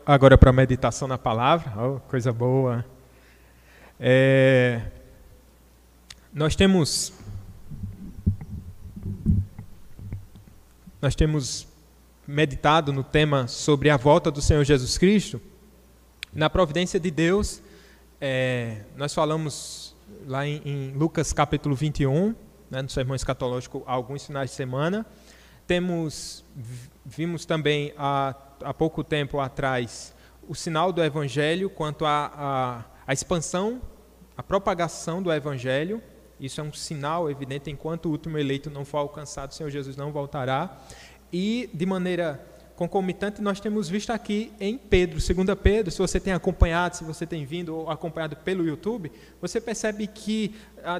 agora para a meditação na palavra. Oh, coisa boa. Nós temos meditado no tema sobre a volta do Senhor Jesus Cristo. Na providência de Deus, nós falamos lá em Lucas capítulo 21, né, no sermão escatológico, alguns finais de semana. Vimos também há pouco tempo atrás o sinal do Evangelho quanto à expansão, a propagação do Evangelho. Isso é um sinal evidente, enquanto o último eleito não for alcançado, o Senhor Jesus não voltará. E, de maneira concomitante, nós temos visto aqui em Pedro, 2 Pedro, se você tem acompanhado, se você tem vindo ou acompanhado pelo YouTube, você percebe que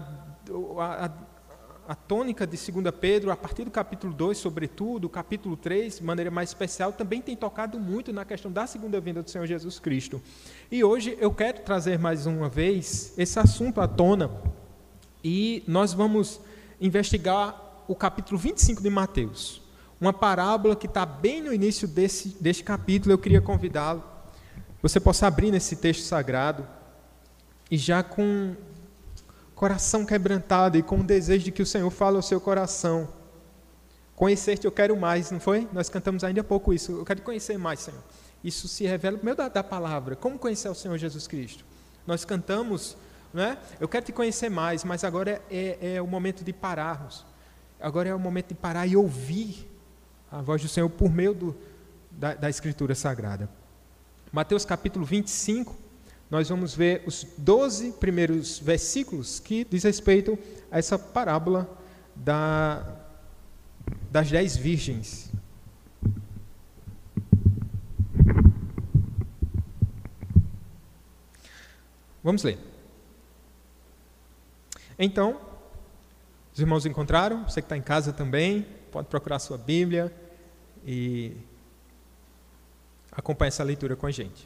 a tônica de 2 Pedro, a partir do capítulo 2, sobretudo, o capítulo 3, de maneira mais especial, também tem tocado muito na questão da segunda vinda do Senhor Jesus Cristo. E hoje eu quero trazer mais uma vez esse assunto à tona, e nós vamos investigar o capítulo 25 de Mateus, uma parábola que está bem no início deste capítulo. Eu queria convidá-lo, você possa abrir nesse texto sagrado, e já com coração quebrantado e com o desejo de que o Senhor fale ao seu coração. Conhecer-te eu quero mais, não foi? Nós cantamos ainda há pouco isso. Eu quero te conhecer mais, Senhor. Isso se revela por meio da palavra. Como conhecer o Senhor Jesus Cristo? Nós cantamos, não é? Eu quero te conhecer mais, mas agora é o momento de pararmos. Agora é o momento de parar e ouvir a voz do Senhor por meio da Escritura Sagrada. Mateus capítulo 25, nós vamos ver os 12 primeiros versículos que diz respeito a essa parábola das 10 virgens. Vamos ler. Então, os irmãos encontraram? Você que está em casa também, pode procurar sua Bíblia e acompanhar essa leitura com a gente.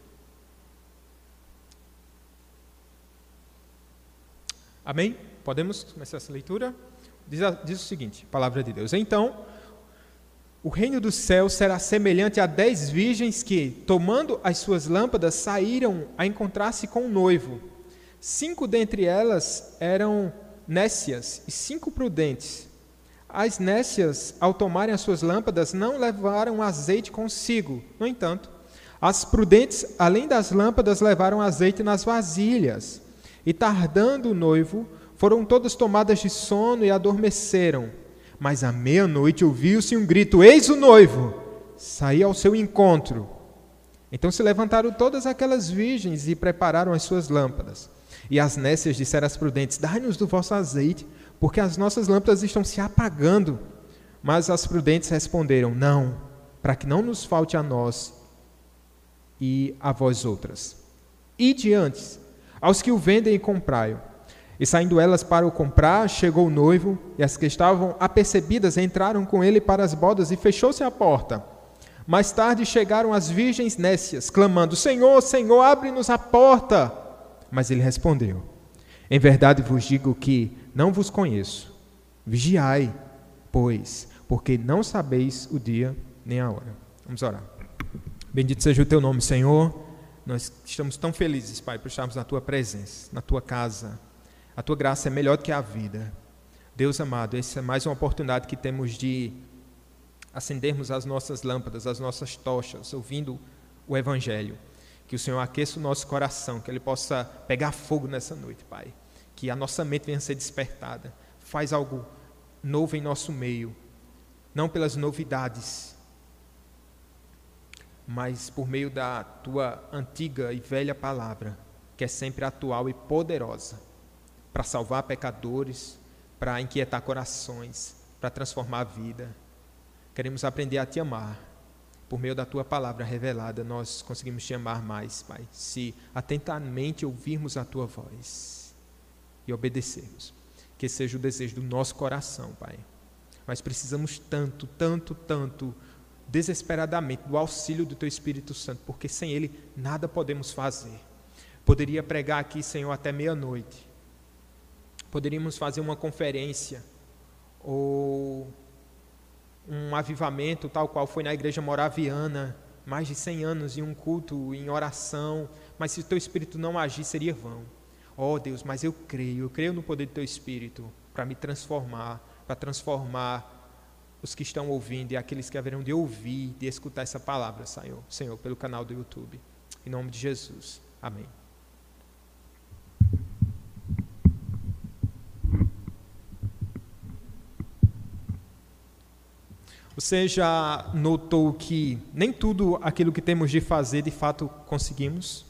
Amém? Podemos começar essa leitura? Diz o seguinte, palavra de Deus. Então, o reino dos céus será semelhante a 10 virgens que, tomando as suas lâmpadas, saíram a encontrar-se com o noivo. 5 dentre elas eram nécias e 5 prudentes. As nécias, ao tomarem as suas lâmpadas, não levaram azeite consigo. No entanto, as prudentes, além das lâmpadas, levaram azeite nas vasilhas. E tardando o noivo, foram todas tomadas de sono e adormeceram. Mas à meia-noite ouviu-se um grito: eis o noivo! Saí ao seu encontro. Então se levantaram todas aquelas virgens e prepararam as suas lâmpadas. E as nécias disseram às prudentes: dai-nos do vosso azeite, porque as nossas lâmpadas estão se apagando. Mas as prudentes responderam: não, para que não nos falte a nós e a vós outras. Ide antes aos que o vendem e comprai-o. E saindo elas para o comprar, chegou o noivo, e as que estavam apercebidas entraram com ele para as bodas, e fechou-se a porta. Mais tarde chegaram as virgens nécias, clamando: Senhor, Senhor, abre-nos a porta. Mas ele respondeu: em verdade vos digo que não vos conheço. Vigiai, pois, porque não sabeis o dia nem a hora. Vamos orar. Bendito seja o teu nome, Senhor. Nós estamos tão felizes, Pai, por estarmos na Tua presença, na Tua casa. A Tua graça é melhor do que a vida. Deus amado, essa é mais uma oportunidade que temos de acendermos as nossas lâmpadas, as nossas tochas, ouvindo o Evangelho. Que o Senhor aqueça o nosso coração, que Ele possa pegar fogo nessa noite, Pai. Que a nossa mente venha a ser despertada. Faz algo novo em nosso meio, não pelas novidades, mas por meio da Tua antiga e velha palavra, que é sempre atual e poderosa, para salvar pecadores, para inquietar corações, para transformar a vida. Queremos aprender a Te amar. Por meio da Tua palavra revelada, nós conseguimos Te amar mais, Pai, se atentamente ouvirmos a Tua voz e obedecermos. Que seja o desejo do nosso coração, Pai. Mas precisamos tanto, desesperadamente, do auxílio do Teu Espírito Santo, porque sem Ele nada podemos fazer. Poderia pregar aqui, Senhor, até meia-noite. Poderíamos fazer uma conferência ou um avivamento, tal qual foi na igreja moraviana, mais de 100 anos em um culto, em oração, mas se o teu Espírito não agir, seria vão. Ó Deus, mas eu creio no poder do teu Espírito para me transformar, para transformar os que estão ouvindo e aqueles que haverão de ouvir, de escutar essa palavra, Senhor, pelo canal do YouTube. Em nome de Jesus. Amém. Você já notou que nem tudo aquilo que temos de fazer, de fato, conseguimos?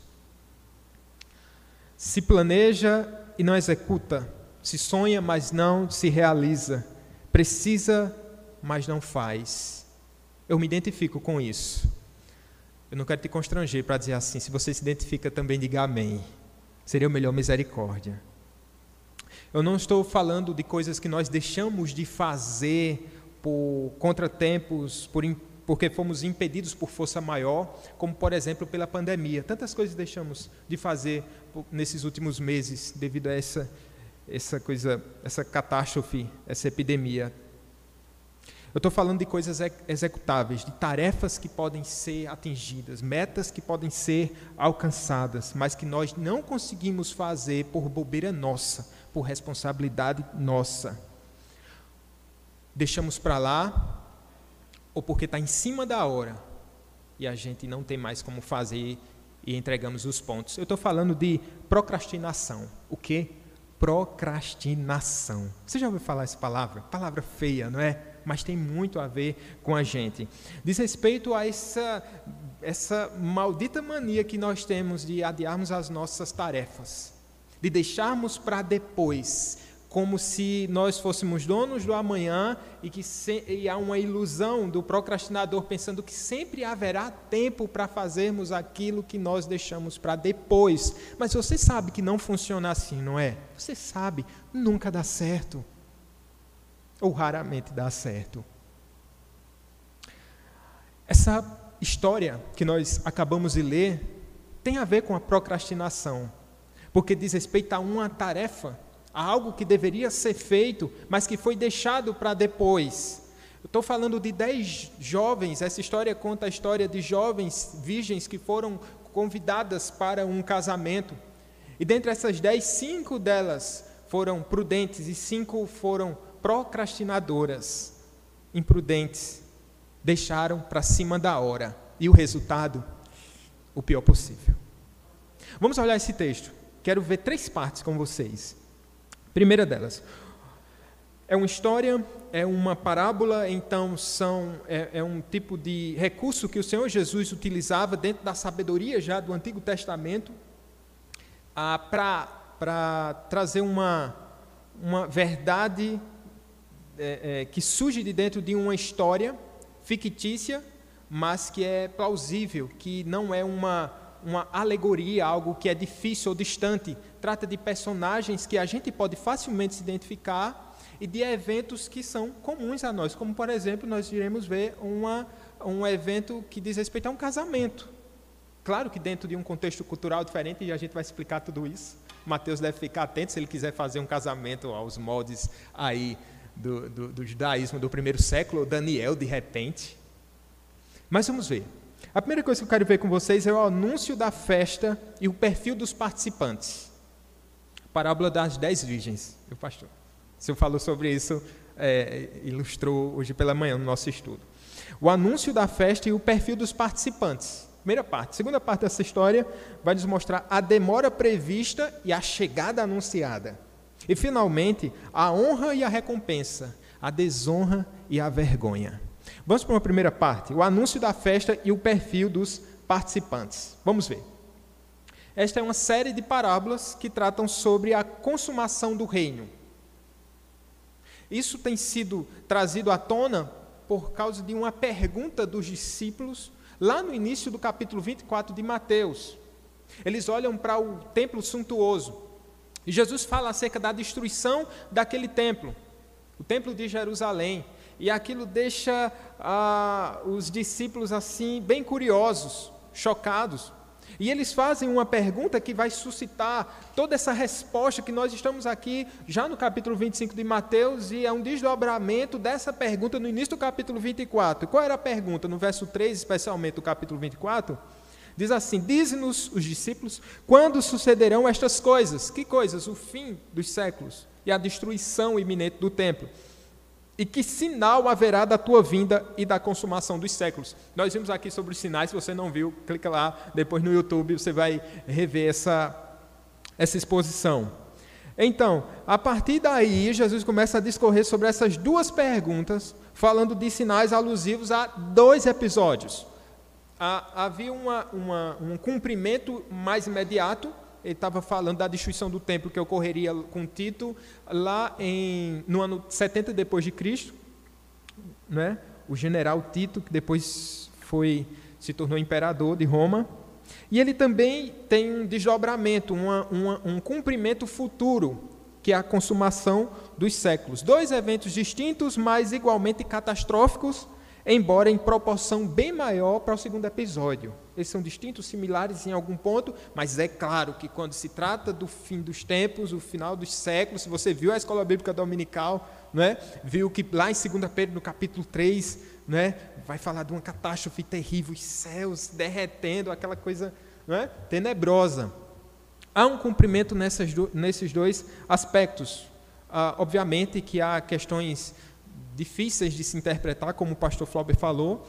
Se planeja e não executa, se sonha, mas não se realiza, precisa, mas não faz. Eu me identifico com isso. Eu não quero te constranger para dizer assim, se você se identifica também, diga amém. Seria o melhor misericórdia. Eu não estou falando de coisas que nós deixamos de fazer por contratempos, porque fomos impedidos por força maior, como por exemplo pela pandemia. Tantas coisas deixamos de fazer nesses últimos meses devido a essa catástrofe, essa epidemia. Eu estou falando de coisas executáveis, de tarefas que podem ser atingidas, metas que podem ser alcançadas, mas que nós não conseguimos fazer por bobeira nossa, por responsabilidade nossa. Deixamos para lá, ou porque está em cima da hora, e a gente não tem mais como fazer e entregamos os pontos. Eu estou falando de procrastinação. O quê? Procrastinação. Você já ouviu falar essa palavra? Palavra feia, não é? Mas tem muito a ver com a gente. Diz respeito a essa maldita mania que nós temos de adiarmos as nossas tarefas, de deixarmos para depois, como se nós fôssemos donos do amanhã e há uma ilusão do procrastinador pensando que sempre haverá tempo para fazermos aquilo que nós deixamos para depois. Mas você sabe que não funciona assim, não é? Você sabe, nunca dá certo. Ou raramente dá certo. Essa história que nós acabamos de ler tem a ver com a procrastinação, porque diz respeito a uma tarefa, a algo que deveria ser feito, mas que foi deixado para depois. Eu estou falando de 10 jovens, essa história conta a história de jovens virgens que foram convidadas para um casamento. E dentre essas 10, 5 delas foram prudentes e 5 foram procrastinadoras, imprudentes, deixaram para cima da hora. E o resultado? O pior possível. Vamos olhar esse texto. Quero ver 3 partes com vocês. Primeira delas, é uma história, é uma parábola, então é um tipo de recurso que o Senhor Jesus utilizava dentro da sabedoria já do Antigo Testamento para trazer uma verdade que surge de dentro de uma história fictícia, mas que é plausível, que não é uma alegoria, algo que é difícil ou distante. Trata de personagens que a gente pode facilmente se identificar e de eventos que são comuns a nós, como por exemplo, nós iremos ver um evento que diz respeito a um casamento. Claro que dentro de um contexto cultural diferente, e a gente vai explicar tudo isso. Mateus deve ficar atento se ele quiser fazer um casamento aos moldes aí do judaísmo do primeiro século, ou Daniel de repente. Mas vamos ver. A primeira coisa que eu quero ver com vocês é o anúncio da festa e o perfil dos participantes. Parábola das 10 virgens. O pastor, o senhor falou sobre isso, ilustrou hoje pela manhã no nosso estudo. O anúncio da festa e o perfil dos participantes. Primeira parte. Segunda parte dessa história vai nos mostrar a demora prevista e a chegada anunciada. E, finalmente, a honra e a recompensa, a desonra e a vergonha. Vamos para uma primeira parte, o anúncio da festa e o perfil dos participantes. Vamos ver. Esta é uma série de parábolas que tratam sobre a consumação do reino. Isso tem sido trazido à tona por causa de uma pergunta dos discípulos lá no início do capítulo 24 de Mateus. Eles olham para o templo suntuoso e Jesus fala acerca da destruição daquele templo, o templo de Jerusalém. E aquilo deixa os discípulos assim bem curiosos, chocados. E eles fazem uma pergunta que vai suscitar toda essa resposta que nós estamos aqui já no capítulo 25 de Mateus, e é um desdobramento dessa pergunta no início do capítulo 24. Qual era a pergunta? No verso 3, especialmente do capítulo 24, diz assim: dize-nos os discípulos, quando sucederão estas coisas? Que coisas? O fim dos séculos e a destruição iminente do templo. E que sinal haverá da tua vinda e da consumação dos séculos? Nós vimos aqui sobre os sinais. Se você não viu, clica lá depois no YouTube, você vai rever essa exposição. Então, a partir daí, Jesus começa a discorrer sobre essas duas perguntas, falando de sinais alusivos a 2 episódios. Havia um cumprimento mais imediato. Ele estava falando da destruição do templo que ocorreria com Tito lá no ano 70 depois de Cristo, né? O general Tito, que depois se tornou imperador de Roma. E ele também tem um desdobramento, um cumprimento futuro, que é a consumação dos séculos. 2 eventos distintos, mas igualmente catastróficos, embora em proporção bem maior para o segundo episódio. Eles são distintos, similares em algum ponto, mas é claro que quando se trata do fim dos tempos, o final dos séculos, se você viu a escola bíblica dominical, né, viu que lá em 2 Pedro, no capítulo 3, né, vai falar de uma catástrofe terrível, os céus derretendo, aquela coisa, né, tenebrosa. Há um cumprimento nesses 2 aspectos. Obviamente que há questões difíceis de se interpretar, como o pastor Flauber falou.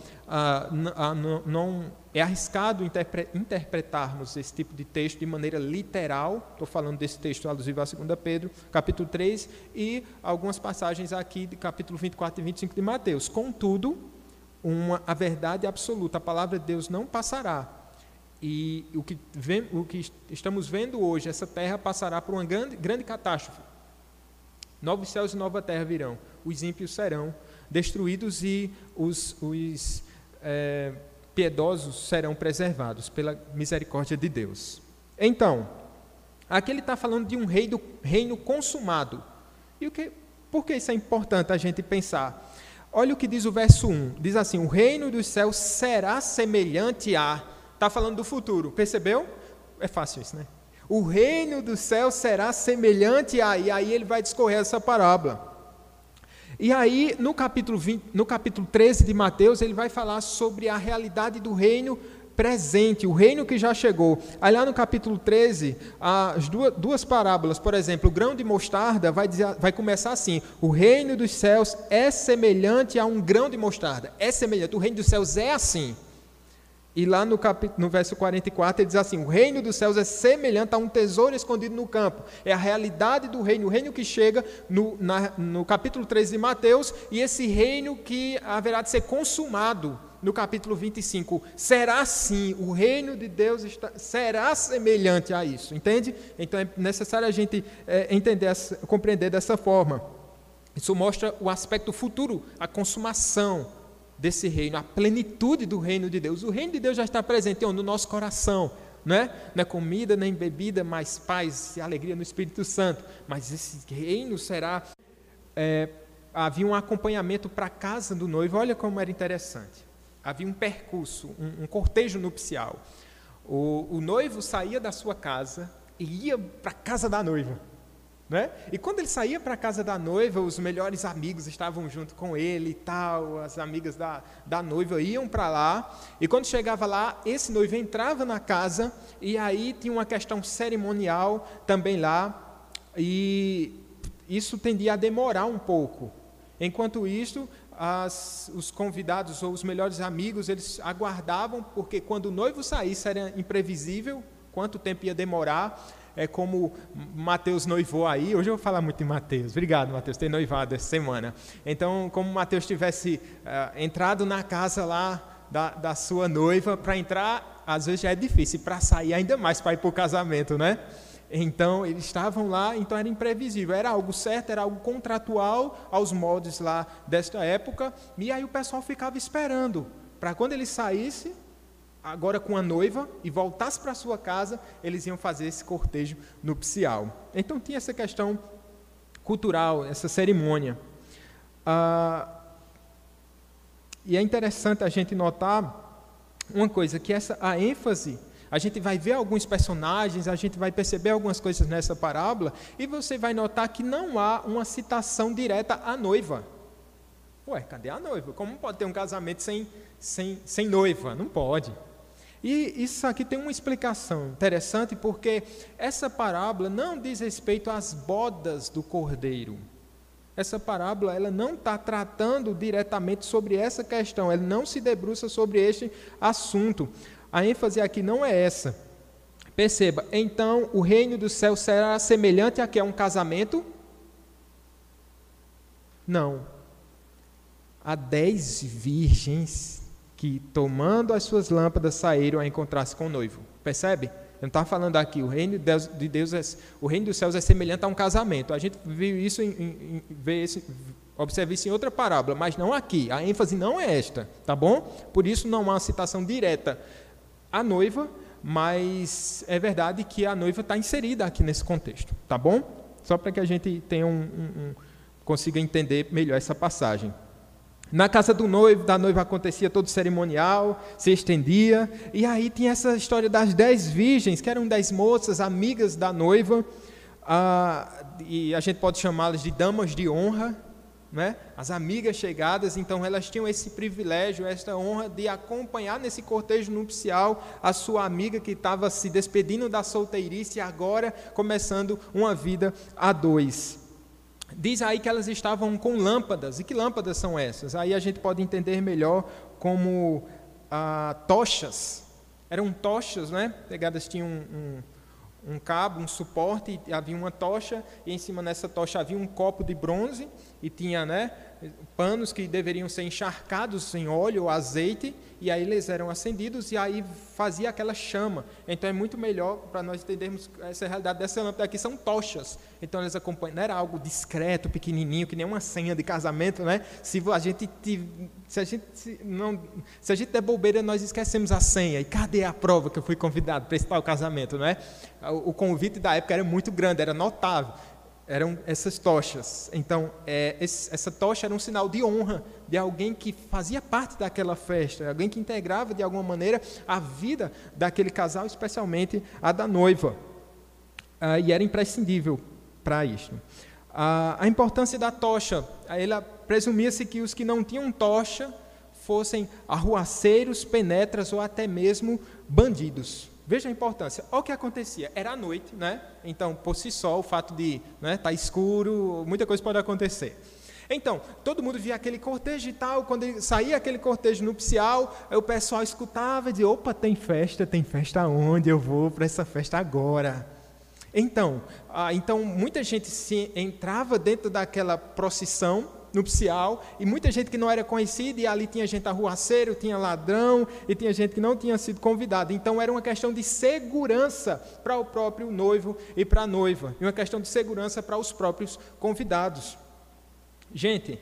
Não é arriscado interpretarmos esse tipo de texto de maneira literal. Estou falando desse texto alusivo a 2 Pedro, capítulo 3, e algumas passagens aqui de capítulo 24 e 25 de Mateus. Contudo, a verdade absoluta, a palavra de Deus não passará. E o que estamos vendo hoje, essa terra passará por uma grande catástrofe. Novos céus e nova terra virão. Os ímpios serão destruídos e os piedosos serão preservados pela misericórdia de Deus. Então, aqui ele está falando de um reino consumado. E por que isso é importante a gente pensar? Olha o que diz o verso 1. Diz assim: o reino dos céus será semelhante a... Está falando do futuro, percebeu? É fácil isso, né? O reino do céu será semelhante a... E aí ele vai discorrer essa parábola. E aí, no capítulo 13 de Mateus, ele vai falar sobre a realidade do reino presente, o reino que já chegou. Aí lá no capítulo 13, as duas parábolas, por exemplo, o grão de mostarda vai começar assim: o reino dos céus é semelhante a um grão de mostarda. É semelhante, o reino dos céus é assim. E lá no verso 44 ele diz assim: o reino dos céus é semelhante a um tesouro escondido no campo. É a realidade do reino, o reino que chega no capítulo 13 de Mateus, e esse reino que haverá de ser consumado no capítulo 25. Será assim, o reino de Deus será semelhante a isso, entende? Então é necessário a gente compreender dessa forma. Isso mostra o aspecto futuro, a consumação desse reino, a plenitude do reino de Deus. O reino de Deus já está presente no nosso coração, não é comida nem bebida, mas paz e alegria no Espírito Santo. Mas esse reino será... havia um acompanhamento para a casa do noivo. Olha como era interessante. Havia um percurso, um cortejo nupcial. O noivo saía da sua casa e ia para a casa da noiva. Né? E quando ele saía para a casa da noiva, os melhores amigos estavam junto com ele e tal, as amigas da noiva iam para lá, e quando chegava lá, esse noivo entrava na casa, e aí tinha uma questão cerimonial também lá, e isso tendia a demorar um pouco. Enquanto isso, os convidados ou os melhores amigos, eles aguardavam, porque quando o noivo saísse era imprevisível quanto tempo ia demorar. É como Mateus noivou aí. Hoje eu vou falar muito de Mateus. Obrigado, Mateus, ter noivado essa semana. Então, como Mateus tivesse entrado na casa lá da sua noiva, para entrar, às vezes já é difícil, para sair ainda mais, para ir para o casamento, né? Então, eles estavam lá, então era imprevisível. Era algo certo, era algo contratual aos moldes lá desta época. E aí o pessoal ficava esperando, para quando ele saísse, agora com a noiva, e voltasse para a sua casa, eles iam fazer esse cortejo nupcial. Então tinha essa questão cultural, essa cerimônia. E é interessante a gente notar uma coisa, que a ênfase A gente vai ver alguns personagens, a gente vai perceber algumas coisas nessa parábola, e você vai notar que não há uma citação direta à noiva. Ué, cadê a noiva? Como pode ter um casamento sem noiva? Não pode. E isso aqui tem uma explicação interessante, porque essa parábola não diz respeito às bodas do cordeiro. Essa parábola ela não está tratando diretamente sobre essa questão, ela não se debruça sobre este assunto. A ênfase aqui não é essa. Perceba, então o reino do céu será semelhante a que é um casamento? Não. Há 10 virgens que, tomando as suas lâmpadas, saíram a encontrar-se com o noivo. Percebe? Eu não estava falando aqui, o reino de Deus, o reino dos céus é semelhante a um casamento. A gente viu isso, observa isso em outra parábola, mas não aqui. A ênfase não é esta, tá bom? Por isso não há uma citação direta à noiva, mas é verdade que a noiva está inserida aqui nesse contexto, tá bom? Só para que a gente tenha consiga entender melhor essa passagem. Na casa do noivo, da noiva acontecia todo o cerimonial, se estendia, e aí tinha essa história das 10 virgens, que eram 10 moças, amigas da noiva, e a gente pode chamá-las de damas de honra, né? As amigas chegadas, então elas tinham esse privilégio, essa honra de acompanhar nesse cortejo nupcial a sua amiga que estava se despedindo da solteirice e agora começando uma vida a dois. Diz aí que elas estavam com lâmpadas. E que lâmpadas são essas? Aí a gente pode entender melhor como tochas. Eram tochas, né? Pegadas tinham um cabo, um suporte, e havia uma tocha, e em cima dessa tocha havia um copo de bronze, e tinha, né, panos que deveriam ser encharcados em óleo ou azeite, e aí eles eram acendidos, e aí fazia aquela chama. Então é muito melhor para nós entendermos essa realidade dessa lâmpada aqui, são tochas. Então eles acompanham, não era algo discreto, pequenininho, que nem uma senha de casamento, né? Se a gente der bobeira, nós esquecemos a senha, e cadê a prova que eu fui convidado para esse tal casamento, não é? O convite da época era muito grande, era notável. Eram essas tochas. Então, essa tocha era um sinal de honra de alguém que fazia parte daquela festa, alguém que integrava de alguma maneira a vida daquele casal, especialmente a da noiva. E era imprescindível para isso. A importância da tocha, ela presumia-se que os que não tinham tocha fossem arruaceiros, penetras ou até mesmo bandidos. Veja a importância. Olha o que acontecia. Era à noite, né? Então, por si só, o fato de estar escuro, muita coisa pode acontecer. Então, todo mundo via aquele cortejo e tal. Quando saía aquele cortejo nupcial, o pessoal escutava e dizia: opa, tem festa onde? Eu vou para essa festa agora. Então, muita gente entrava dentro daquela procissão nupcial, e muita gente que não era conhecida, e ali tinha gente arruaceiro, tinha ladrão, e tinha gente que não tinha sido convidada. Então era uma questão de segurança para o próprio noivo e para a noiva, e uma questão de segurança para os próprios convidados. Gente,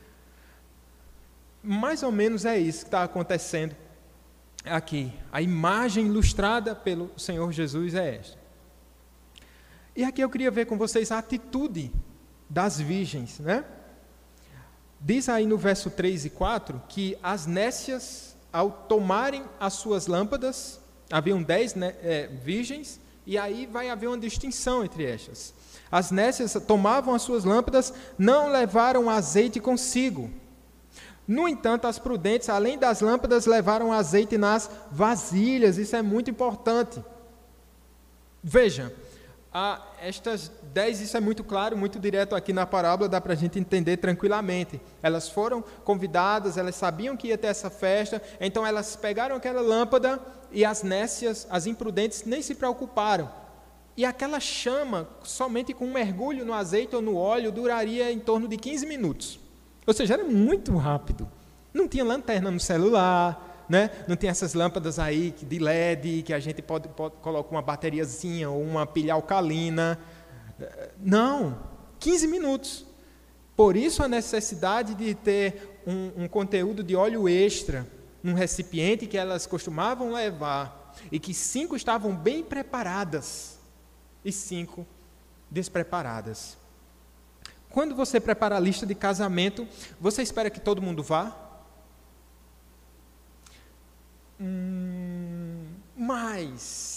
mais ou menos é isso que está acontecendo aqui. A imagem ilustrada pelo Senhor Jesus é esta. E aqui eu queria ver com vocês a atitude das virgens, né? Diz aí no verso 3 e 4 que as nécias, ao tomarem as suas lâmpadas, haviam 10 virgens, e aí vai haver uma distinção entre estas. As nécias tomavam as suas lâmpadas, não levaram azeite consigo. No entanto, as prudentes, além das lâmpadas, levaram azeite nas vasilhas. Isso é muito importante. Veja, estas 10, isso é muito claro, muito direto aqui na parábola, dá para a gente entender tranquilamente. Elas foram convidadas, elas sabiam que ia ter essa festa, então elas pegaram aquela lâmpada, e as nécias, as imprudentes, nem se preocuparam. E aquela chama, somente com um mergulho no azeite ou no óleo, duraria em torno de 15 minutos. Ou seja, era muito rápido. Não tinha lanterna no celular, né? Não tem essas lâmpadas aí de LED, que a gente pode colocar uma bateriazinha ou uma pilha alcalina. Não, 15 minutos. Por isso a necessidade de ter um conteúdo de óleo extra, num recipiente que elas costumavam levar, e que 5 estavam bem preparadas, e 5 despreparadas. Quando você prepara a lista de casamento, você espera que todo mundo vá? Mas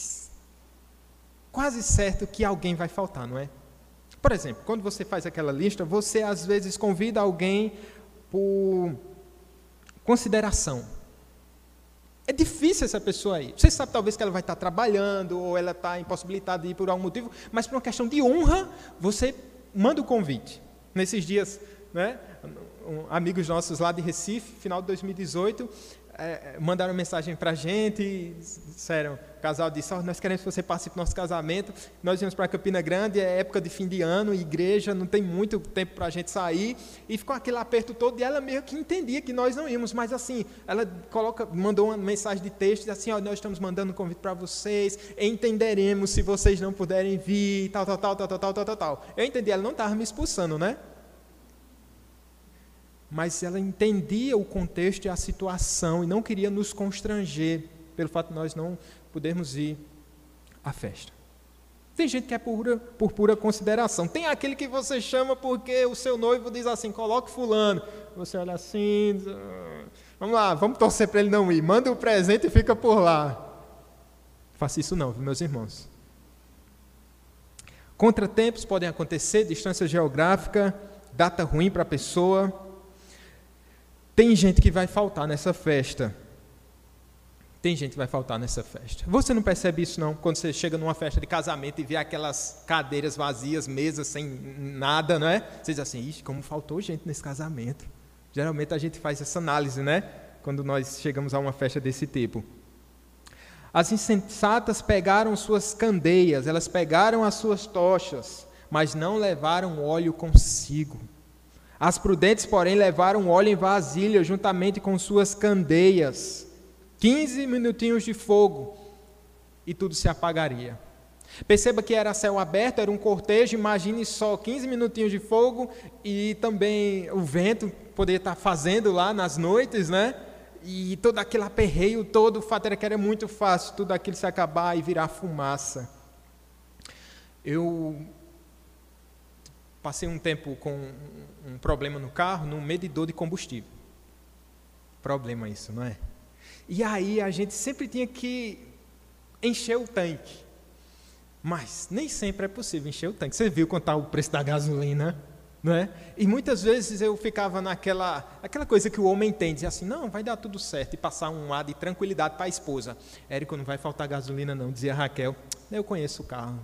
quase certo que alguém vai faltar, não é? Por exemplo, quando você faz aquela lista, você às vezes convida alguém por consideração. É difícil essa pessoa ir. Você sabe talvez que ela vai estar trabalhando, ou ela está impossibilitada de ir por algum motivo, mas por uma questão de honra, você manda o convite. Nesses dias, né, amigos nossos lá de Recife, final de 2018, mandaram mensagem para a gente, e disseram, o casal disse, nós queremos que você participe do nosso casamento, nós viemos para Campina Grande, é época de fim de ano, igreja, não tem muito tempo para a gente sair, e ficou aquele aperto todo, e ela meio que entendia que nós não íamos, mas assim, ela mandou uma mensagem de texto, diz assim, nós estamos mandando um convite para vocês, entenderemos se vocês não puderem vir, tal. Eu entendi, ela não estava me expulsando, né? Mas ela entendia o contexto e a situação e não queria nos constranger pelo fato de nós não podermos ir à festa. Tem gente que é por pura consideração. Tem aquele que você chama porque o seu noivo diz assim, coloque fulano. Você olha assim, diz, vamos lá, vamos torcer para ele não ir. Manda o presente e fica por lá. Faça isso não, meus irmãos. Contratempos podem acontecer, distância geográfica, data ruim para a pessoa. Tem gente que vai faltar nessa festa. Você não percebe isso não? Quando você chega numa festa de casamento e vê aquelas cadeiras vazias, mesas sem nada, não é? Você diz assim, ixi, como faltou gente nesse casamento. Geralmente a gente faz essa análise, né? Quando nós chegamos a uma festa desse tipo. As insensatas pegaram suas candeias, elas pegaram as suas tochas, mas não levaram óleo consigo. As prudentes, porém, levaram óleo em vasilha juntamente com suas candeias. 15 minutinhos de fogo e tudo se apagaria. Perceba que era céu aberto, era um cortejo, imagine só 15 minutinhos de fogo e também o vento poderia estar fazendo lá nas noites, né? E todo aquele aperreio todo, o fato era que era muito fácil tudo aquilo se acabar e virar fumaça. Eu passei um tempo com um problema no carro, num medidor de combustível. Problema isso, não é? E aí a gente sempre tinha que encher o tanque. Mas nem sempre é possível encher o tanque. Você viu quanto está o preço da gasolina, não é? E muitas vezes eu ficava aquela coisa que o homem tem, dizia assim, não, vai dar tudo certo, e passar um ar de tranquilidade para a esposa. Érico, não vai faltar gasolina não, dizia Raquel. Eu conheço o carro.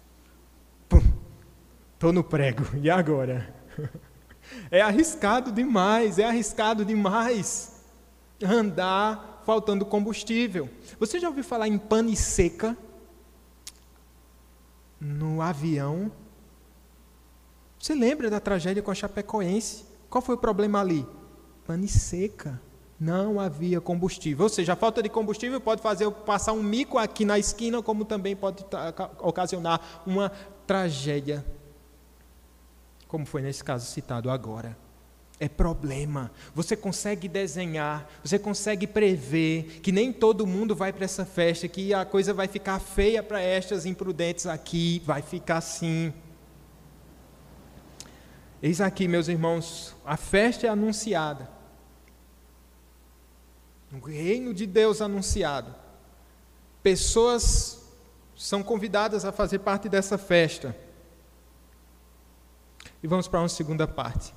Estou no prego, e agora? É arriscado demais andar faltando combustível. Você já ouviu falar em pane seca no avião? Você lembra da tragédia com a Chapecoense? Qual foi o problema ali? Pane seca. Não havia combustível. Ou seja, a falta de combustível pode fazer eu passar um mico aqui na esquina, como também pode ocasionar uma tragédia, como foi nesse caso citado agora. É problema. Você consegue desenhar, você consegue prever que nem todo mundo vai para essa festa, que a coisa vai ficar feia para estas imprudentes aqui, vai ficar assim. Eis aqui, meus irmãos, a festa é anunciada. O reino de Deus anunciado. Pessoas são convidadas a fazer parte dessa festa. E vamos para uma segunda parte.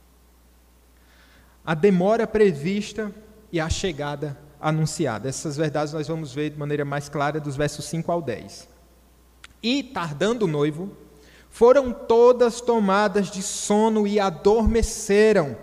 A demora prevista e a chegada anunciada. Essas verdades nós vamos ver de maneira mais clara dos versos 5 ao 10. E, tardando o noivo, foram todas tomadas de sono e adormeceram.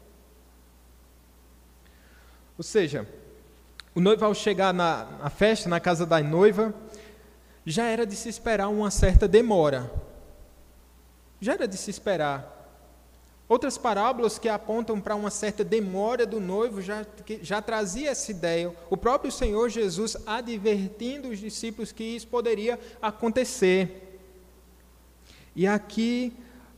Ou seja, o noivo ao chegar na festa, na casa da noiva, já era de se esperar uma certa demora. Já era de se esperar. Outras parábolas que apontam para uma certa demora do noivo já trazia essa ideia. O próprio Senhor Jesus advertindo os discípulos que isso poderia acontecer. E aqui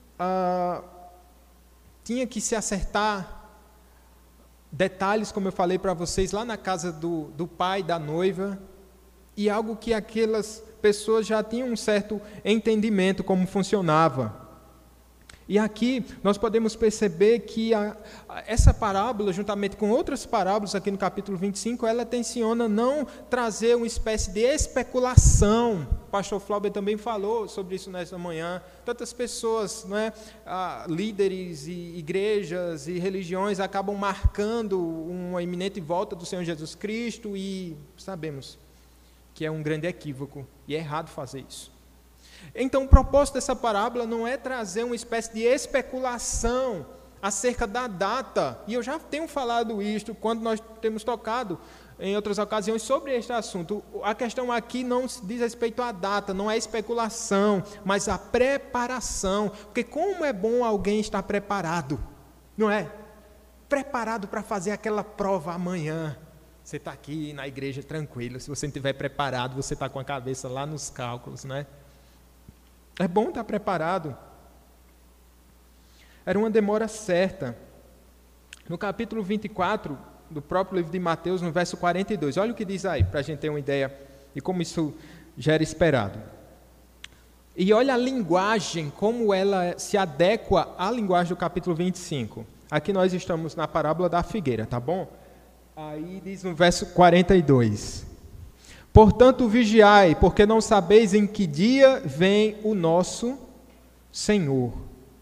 tinha que se acertar detalhes, como eu falei para vocês, lá na casa do pai da noiva, e algo que aquelas pessoas já tinham um certo entendimento como funcionava. E aqui nós podemos perceber que essa parábola, juntamente com outras parábolas aqui no capítulo 25, ela tenciona não trazer uma espécie de especulação pastor Flauber também falou sobre isso nessa manhã. Tantas pessoas, não é, líderes e igrejas e religiões acabam marcando uma iminente volta do Senhor Jesus Cristo e sabemos que é um grande equívoco e é errado fazer isso. Então, o propósito dessa parábola não é trazer uma espécie de especulação acerca da data, e eu já tenho falado isto quando nós temos tocado em outras ocasiões sobre este assunto. A questão aqui não diz respeito à data, não é especulação, mas a preparação, porque como é bom alguém estar preparado, não é? Preparado para fazer aquela prova amanhã. Você está aqui na igreja tranquilo, se você não estiver preparado, você está com a cabeça lá nos cálculos, não é? É bom estar preparado. Era uma demora certa. No capítulo 24 do próprio livro de Mateus, no verso 42, olha o que diz aí, para a gente ter uma ideia de como isso já era esperado. E olha a linguagem, como ela se adequa à linguagem do capítulo 25. Aqui nós estamos na parábola da figueira, tá bom? Aí diz no verso 42: portanto, vigiai, porque não sabeis em que dia vem o nosso Senhor.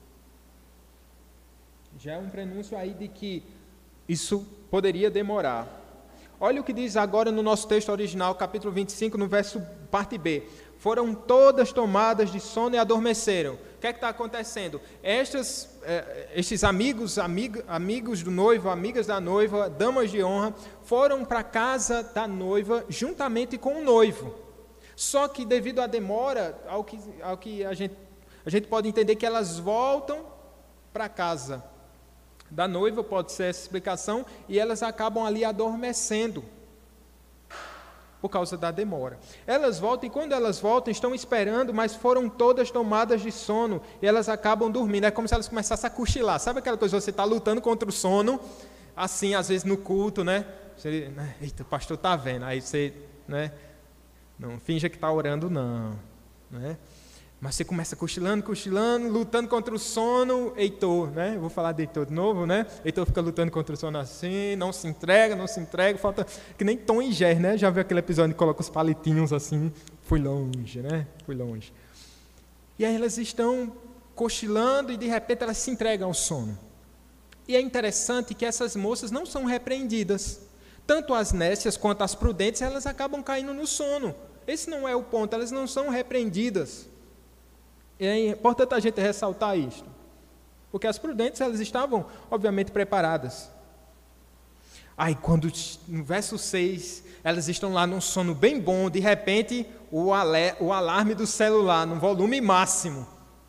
Já é um prenúncio aí de que isso poderia demorar. Olha o que diz agora no nosso texto original, capítulo 25, no verso parte B. Foram todas tomadas de sono e adormeceram. O que é que está acontecendo? Estes amigos do noivo, amigas da noiva, damas de honra, foram para a casa da noiva juntamente com o noivo. Só que devido à demora, ao que a gente pode entender que elas voltam para casa da noiva, pode ser essa explicação, e elas acabam ali adormecendo por causa da demora. Elas voltam, e quando elas voltam, estão esperando, mas foram todas tomadas de sono, e elas acabam dormindo. É como se elas começassem a cochilar. Sabe aquela coisa, você está lutando contra o sono, assim, às vezes no culto, né? Você, eita, o pastor está vendo, aí você, né? Não finja que está orando, não, né? Mas você começa cochilando, lutando contra o sono. Heitor, né? Eu vou falar de Heitor de novo, né? Heitor fica lutando contra o sono assim, não se entrega, falta que nem Tom e Jerry, né? Já viu aquele episódio que coloca os palitinhos assim? Fui longe, né? Fui longe. E aí elas estão cochilando e de repente elas se entregam ao sono. E é interessante que essas moças não são repreendidas. Tanto as nécias quanto as prudentes, elas acabam caindo no sono. Esse não é o ponto, elas não são repreendidas. É importante a gente ressaltar isto, porque as prudentes, elas estavam, obviamente, preparadas. Aí, quando, no verso 6, elas estão lá num sono bem bom, de repente, o alarme do celular, no volume máximo.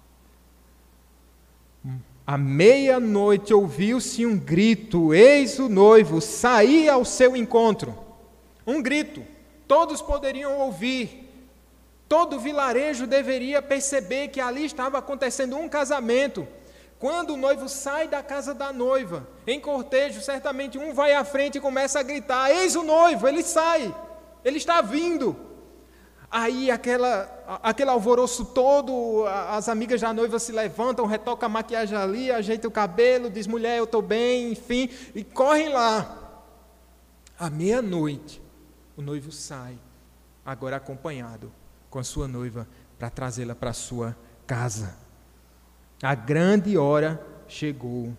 À meia-noite, ouviu-se um grito, eis o noivo, saía ao seu encontro. Um grito, todos poderiam ouvir. Todo vilarejo deveria perceber que ali estava acontecendo um casamento. Quando o noivo sai da casa da noiva, em cortejo, certamente um vai à frente e começa a gritar, eis o noivo, ele sai, ele está vindo. Aí aquele alvoroço todo, as amigas da noiva se levantam, retocam a maquiagem ali, ajeitam o cabelo, diz, mulher, eu estou bem, enfim, e correm lá. À meia-noite, o noivo sai, agora acompanhado com a sua noiva, para trazê-la para a sua casa. A grande hora chegou.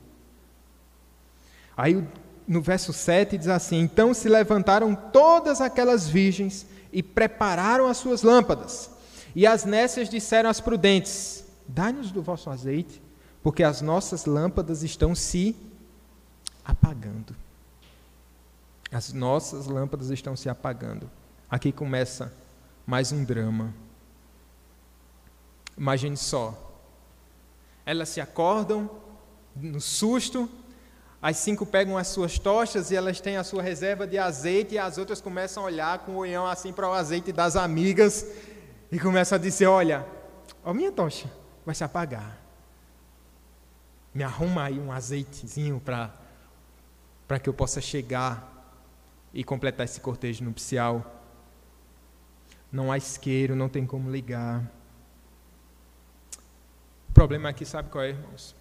Aí no verso 7 diz assim, então se levantaram todas aquelas virgens e prepararam as suas lâmpadas. E as nécias disseram às prudentes, dai-nos do vosso azeite, porque as nossas lâmpadas estão se apagando. As nossas lâmpadas estão se apagando. Aqui começa mais um drama. Imagine só, elas se acordam no susto, as 5 pegam as suas tochas e elas têm a sua reserva de azeite, e as outras começam a olhar com o olhão assim para o azeite das amigas e começam a dizer, olha, minha tocha vai se apagar, me arruma aí um azeitezinho para que eu possa chegar e completar esse cortejo nupcial. Não há isqueiro, não tem como ligar. O problema aqui, sabe qual é, irmãos?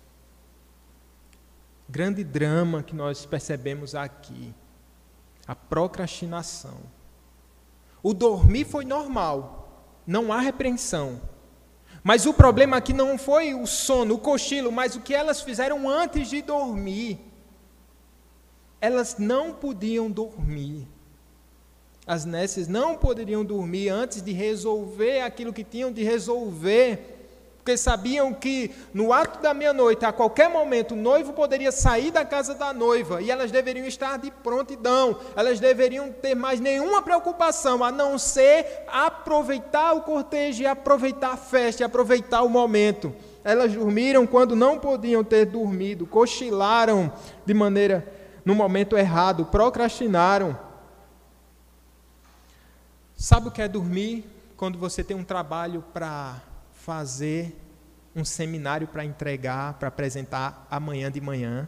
Grande drama que nós percebemos aqui. A procrastinação. O dormir foi normal. não há repreensão. Mas o problema aqui não foi o sono, o cochilo, mas o que elas fizeram antes de dormir. Elas não podiam dormir. As nécias não poderiam dormir antes de resolver aquilo que tinham de resolver, porque sabiam que no ato da meia-noite, a qualquer momento, o noivo poderia sair da casa da noiva, e elas deveriam estar de prontidão, elas deveriam ter mais nenhuma preocupação, a não ser aproveitar o cortejo, e aproveitar a festa, e aproveitar o momento. Elas dormiram quando não podiam ter dormido, cochilaram no momento errado, procrastinaram. Sabe o que é dormir? Quando você tem um trabalho para fazer, um seminário para entregar, para apresentar amanhã de manhã,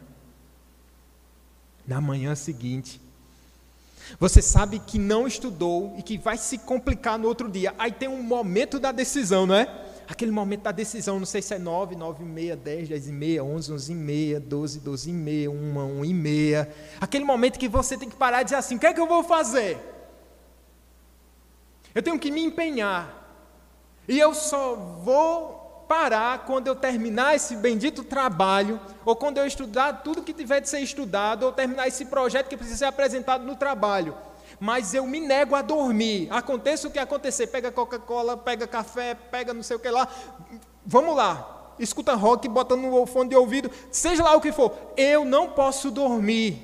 na manhã seguinte. Você sabe que não estudou e que vai se complicar no outro dia. Aí tem um momento da decisão, não é? Aquele momento da decisão, não sei se é 9, 9h30, 10, 10h30, 11, 11h30, 12, 12h30, 1, 1h30. Aquele momento que você tem que parar e dizer assim, o que é que eu vou fazer? Eu tenho que me empenhar. E eu só vou parar quando eu terminar esse bendito trabalho, ou quando eu estudar tudo que tiver de ser estudado, ou terminar esse projeto que precisa ser apresentado no trabalho. Mas eu me nego a dormir. Aconteça o que acontecer, pega Coca-Cola, pega café, pega não sei o que lá. Vamos lá, escuta rock, bota no fone de ouvido, seja lá o que for. Eu não posso dormir.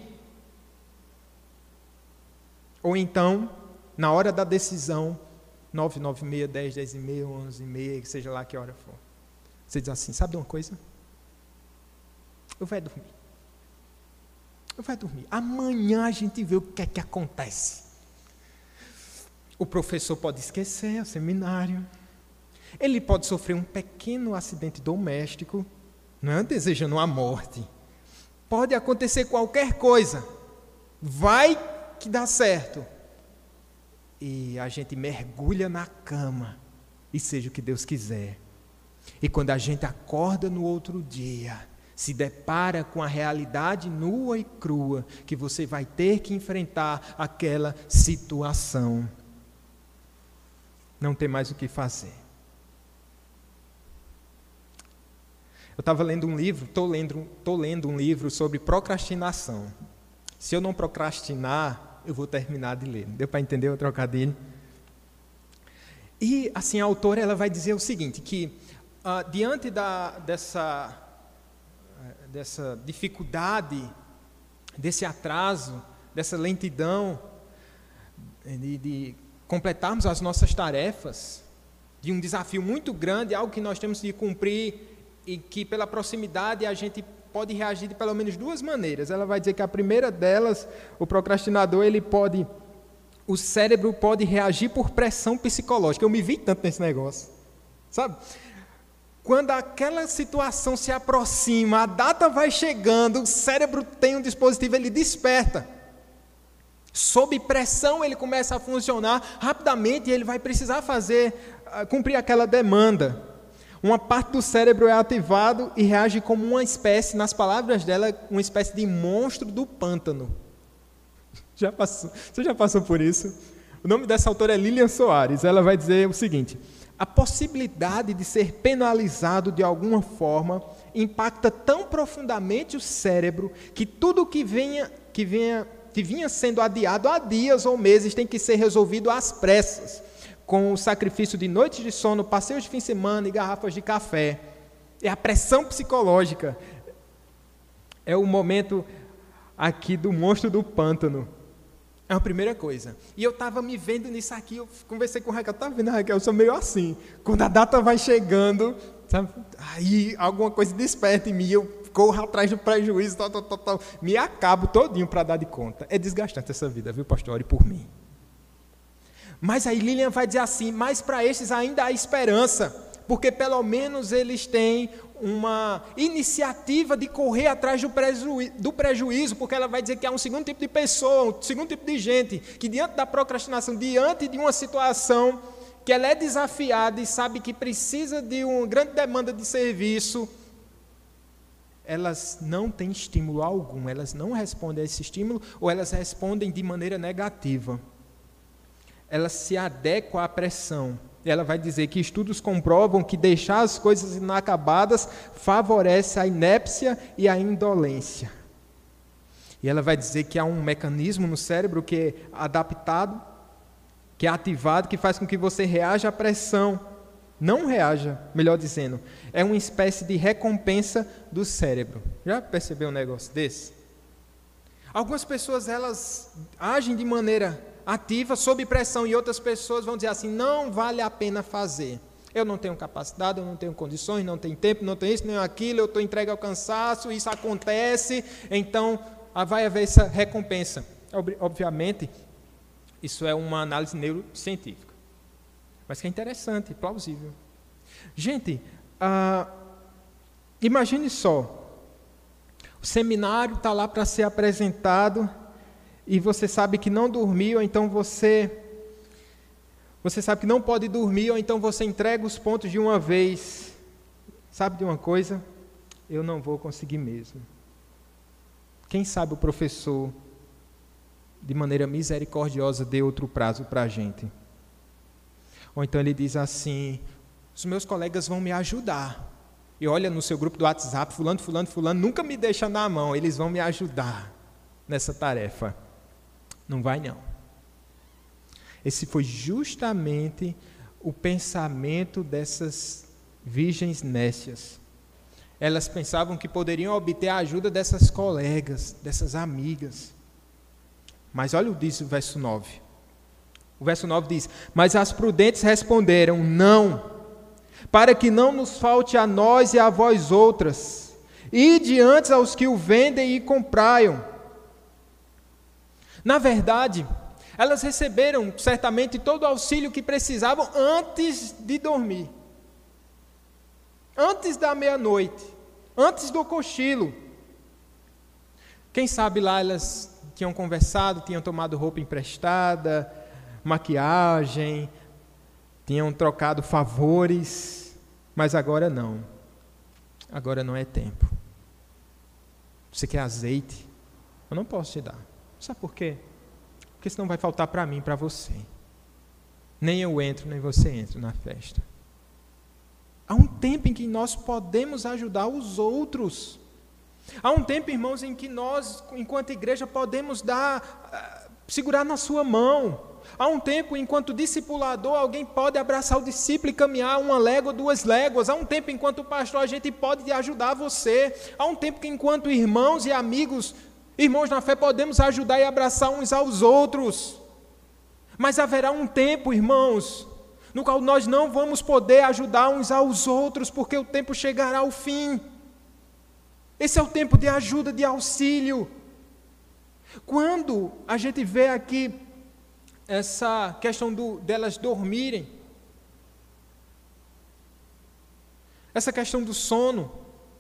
Ou então, na hora da decisão, 9, 9h30, 10, 10h30, 11h30, seja lá que hora for. Você diz assim, sabe de uma coisa? Eu vou dormir. Eu vou dormir. Amanhã a gente vê o que é que acontece. O professor pode esquecer o seminário. Ele pode sofrer um pequeno acidente doméstico, não é desejando a morte. Pode acontecer qualquer coisa. Vai que dá certo. E a gente mergulha na cama, e seja o que Deus quiser. E quando a gente acorda no outro dia, se depara com a realidade nua e crua, que você vai ter que enfrentar aquela situação. Não tem mais o que fazer. Eu estava lendo um livro, estou lendo um livro sobre procrastinação. Se eu não procrastinar, eu vou terminar de ler. Deu para entender o trocadilho? E, assim, a autora ela vai dizer o seguinte, que diante dessa dificuldade, desse atraso, dessa lentidão, de completarmos as nossas tarefas, de um desafio muito grande, algo que nós temos de cumprir e que pela proximidade a gente pode reagir de pelo menos duas maneiras. Ela vai dizer que a primeira delas, o procrastinador, o cérebro pode reagir por pressão psicológica. Eu me vi tanto nesse negócio, sabe? Quando aquela situação se aproxima, a data vai chegando, o cérebro tem um dispositivo, ele desperta. Sob pressão ele começa a funcionar rapidamente e ele vai precisar cumprir aquela demanda. Uma parte do cérebro é ativado e reage como uma espécie, nas palavras dela, uma espécie de monstro do pântano. Você já passou por isso? O nome dessa autora é Lilian Soares. Ela vai dizer o seguinte: a possibilidade de ser penalizado de alguma forma impacta tão profundamente o cérebro que tudo que vinha sendo adiado há dias ou meses tem que ser resolvido às pressas, com o sacrifício de noites de sono, passeios de fim de semana e garrafas de café. É a pressão psicológica. É o momento aqui do monstro do pântano. É a primeira coisa. E eu estava me vendo nisso aqui, eu conversei com a Raquel, estava vendo a Raquel, eu sou meio assim. Quando a data vai chegando, sabe, aí alguma coisa desperta em mim, eu corro atrás do prejuízo, me acabo todinho para dar de conta. É desgastante essa vida, viu, pastor? Ore por mim. Mas aí Lilian vai dizer assim, mas para estes ainda há esperança, porque pelo menos eles têm uma iniciativa de correr atrás do prejuízo, porque ela vai dizer que há um segundo tipo de pessoa, um segundo tipo de gente, que diante da procrastinação, diante de uma situação que ela é desafiada e sabe que precisa de uma grande demanda de serviço, elas não têm estímulo algum, elas não respondem a esse estímulo, ou elas respondem de maneira negativa. Elas se adequam à pressão, ela vai dizer que estudos comprovam que deixar as coisas inacabadas favorece a inépcia e a indolência. E ela vai dizer que há um mecanismo no cérebro que é adaptado, que é ativado, que faz com que você reaja à pressão. Não reaja, melhor dizendo. É uma espécie de recompensa do cérebro. Já percebeu um negócio desse? Algumas pessoas, elas agem de maneira ativa, sob pressão, e outras pessoas vão dizer assim, não vale a pena fazer. Eu não tenho capacidade, eu não tenho condições, não tenho tempo, não tenho isso, não tenho aquilo, eu estou entregue ao cansaço, isso acontece, então vai haver essa recompensa. Obviamente, isso é uma análise neurocientífica, mas que é interessante, plausível. Gente, imagine só, o seminário está lá para ser apresentado e você sabe que não dormiu, ou então você sabe que não pode dormir, ou então você entrega os pontos de uma vez. Sabe de uma coisa? Eu não vou conseguir mesmo. Quem sabe o professor, de maneira misericordiosa, dê outro prazo para a gente. Ou então ele diz assim, os meus colegas vão me ajudar. E olha no seu grupo do WhatsApp, fulano, nunca me deixa na mão, eles vão me ajudar nessa tarefa. Não vai não. Esse foi justamente o pensamento dessas virgens nécias. Elas pensavam que poderiam obter a ajuda dessas colegas, dessas amigas. Mas olha o que diz o verso 9. O verso 9 diz, mas as prudentes responderam, não, para que não nos falte a nós e a vós outras, ide antes aos que o vendem e compraiam. Na verdade, elas receberam certamente todo o auxílio que precisavam antes de dormir, antes da meia-noite, antes do cochilo. Quem sabe lá elas tinham conversado, tinham tomado roupa emprestada, maquiagem, tinham trocado favores, mas agora não é tempo. Você quer azeite? Eu não posso te dar. Sabe por quê? Porque senão vai faltar para mim e para você. Nem eu entro, nem você entra na festa. Há um tempo em que nós podemos ajudar os outros. Há um tempo, irmãos, em que nós, enquanto igreja, podemos segurar na sua mão. Há um tempo, enquanto discipulador, alguém pode abraçar o discípulo e caminhar 1 légua, 2 léguas. Há um tempo, enquanto pastor, a gente pode ajudar você. Há um tempo que, enquanto irmãos e amigos, irmãos na fé, podemos ajudar e abraçar uns aos outros. Mas haverá um tempo, irmãos, no qual nós não vamos poder ajudar uns aos outros, porque o tempo chegará ao fim. Esse é o tempo de ajuda, de auxílio. Quando a gente vê aqui essa questão delas dormirem, essa questão do sono,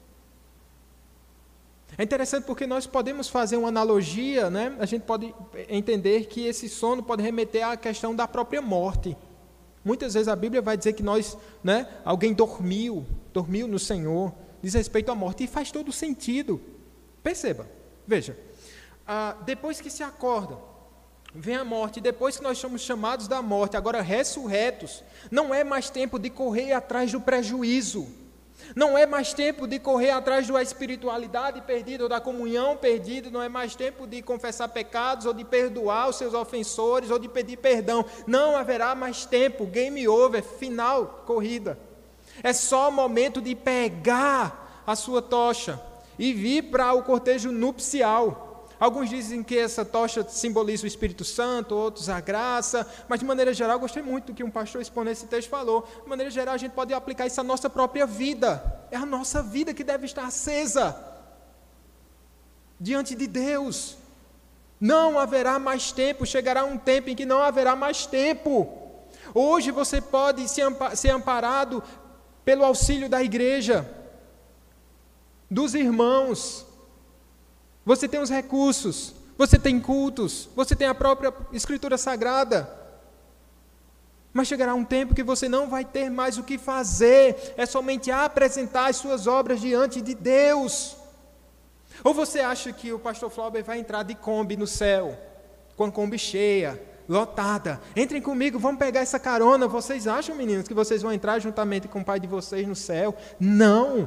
é interessante porque nós podemos fazer uma analogia, né? A gente pode entender que esse sono pode remeter à questão da própria morte. Muitas vezes a Bíblia vai dizer que alguém dormiu no Senhor, diz respeito à morte, e faz todo sentido. Perceba, veja, depois que se acorda, vem a morte, depois que nós somos chamados da morte, agora ressurretos, não é mais tempo de correr atrás do prejuízo, não é mais tempo de correr atrás da espiritualidade perdida, ou da comunhão perdida, não é mais tempo de confessar pecados, ou de perdoar os seus ofensores, ou de pedir perdão. Não haverá mais tempo, game over, final, corrida. É só o momento de pegar a sua tocha e vir para o cortejo nupcial. Alguns dizem que essa tocha simboliza o Espírito Santo, outros a graça, mas de maneira geral, eu gostei muito do que um pastor exponente esse texto falou. De maneira geral, a gente pode aplicar isso à nossa própria vida. É a nossa vida que deve estar acesa diante de Deus. Não haverá mais tempo, chegará um tempo em que não haverá mais tempo. Hoje você pode ser amparado pelo auxílio da igreja, dos irmãos. Você tem os recursos, você tem cultos, você tem a própria Escritura Sagrada. Mas chegará um tempo que você não vai ter mais o que fazer, é somente apresentar as suas obras diante de Deus. Ou você acha que o pastor Flauber vai entrar de Kombi no céu, com a Kombi cheia, lotada. Entrem comigo, vamos pegar essa carona. Vocês acham, meninos, que vocês vão entrar juntamente com o pai de vocês no céu? Não.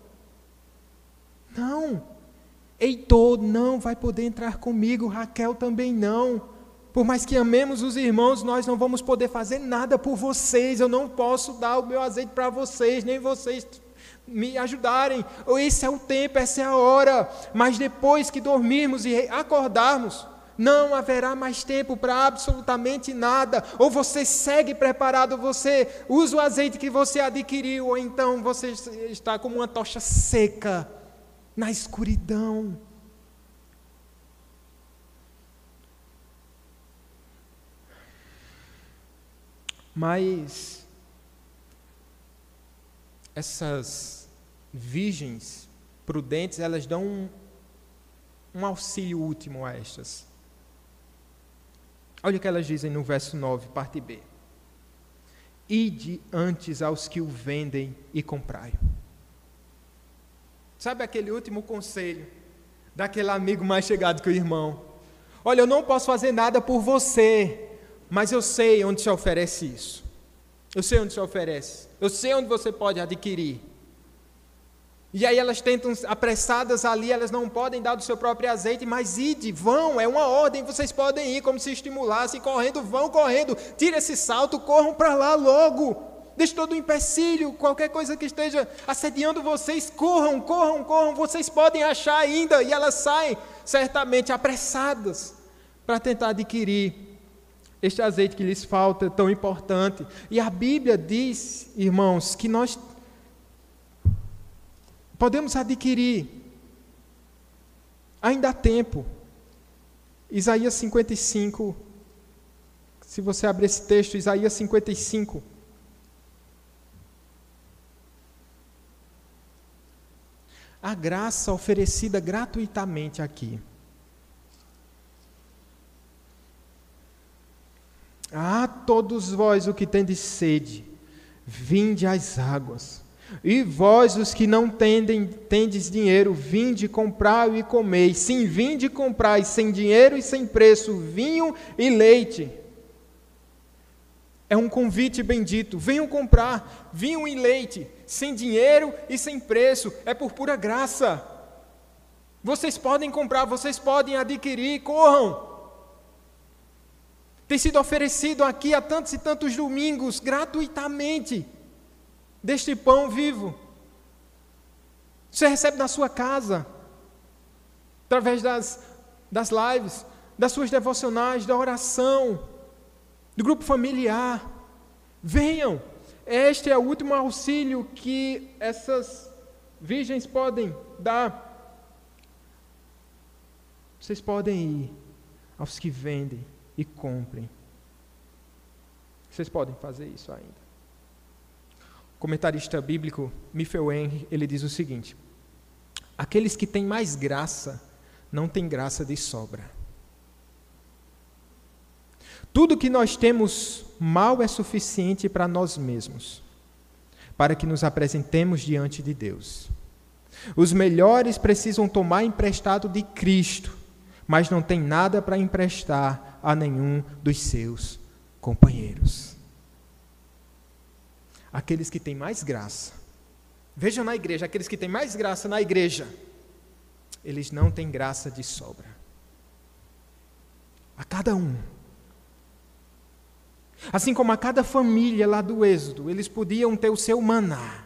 Não. Heitor não vai poder entrar comigo, Raquel também não. Por mais que amemos os irmãos, nós não vamos poder fazer nada por vocês. Eu não posso dar o meu azeite para vocês, nem vocês me ajudarem. Esse é o tempo, essa é a hora. Mas depois que dormirmos e acordarmos, não haverá mais tempo para absolutamente nada. Ou você segue preparado, você usa o azeite que você adquiriu, ou então você está como uma tocha seca na escuridão. Mas essas virgens prudentes, elas dão um auxílio último a estas. Olha o que elas dizem no verso 9, parte B. Ide antes aos que o vendem e comprai. Sabe aquele último conselho daquele amigo mais chegado que o irmão? Olha, eu não posso fazer nada por você, mas eu sei onde se oferece isso. Eu sei onde se oferece. Eu sei onde você pode adquirir. E aí elas tentam, apressadas ali, elas não podem dar do seu próprio azeite, mas ide, vão, é uma ordem, vocês podem ir, como se estimulassem, correndo, vão correndo, tira esse salto, corram para lá logo. Deixe todo o empecilho, qualquer coisa que esteja assediando vocês, corram, corram, corram, vocês podem achar ainda. E elas saem, certamente, apressadas, para tentar adquirir este azeite que lhes falta, tão importante. E a Bíblia diz, irmãos, que nós podemos adquirir, ainda há tempo. Isaías 55, se você abrir esse texto, Isaías 55. A graça oferecida gratuitamente aqui. Ah, todos vós o que tendes sede, vinde às águas. E vós os que não tendes dinheiro, vinde, comprai e comei. Sim, vinde e comprai, sem dinheiro e sem preço, vinho e leite. É um convite bendito. Venham comprar vinho e leite, sem dinheiro e sem preço. É por pura graça. Vocês podem comprar, vocês podem adquirir, corram. Tem sido oferecido aqui há tantos e tantos domingos, gratuitamente, deste pão vivo. Você recebe na sua casa, através das lives, das suas devocionais, da oração, do grupo familiar. Venham, este é o último auxílio que essas virgens podem dar. Vocês podem ir aos que vendem e comprem. Vocês podem fazer isso ainda. O comentarista bíblico Michael Henry, ele diz o seguinte: aqueles que têm mais graça, não têm graça de sobra. Tudo que nós temos mal é suficiente para nós mesmos, para que nos apresentemos diante de Deus. Os melhores precisam tomar emprestado de Cristo, mas não tem nada para emprestar a nenhum dos seus companheiros. Aqueles que têm mais graça, vejam na igreja, aqueles que têm mais graça na igreja, eles não têm graça de sobra. A cada um. Assim como a cada família lá do Êxodo, eles podiam ter o seu maná.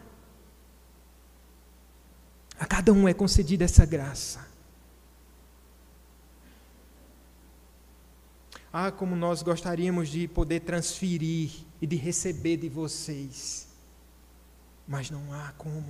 A cada um é concedida essa graça. Ah, como nós gostaríamos de poder transferir e de receber de vocês. Mas não há como.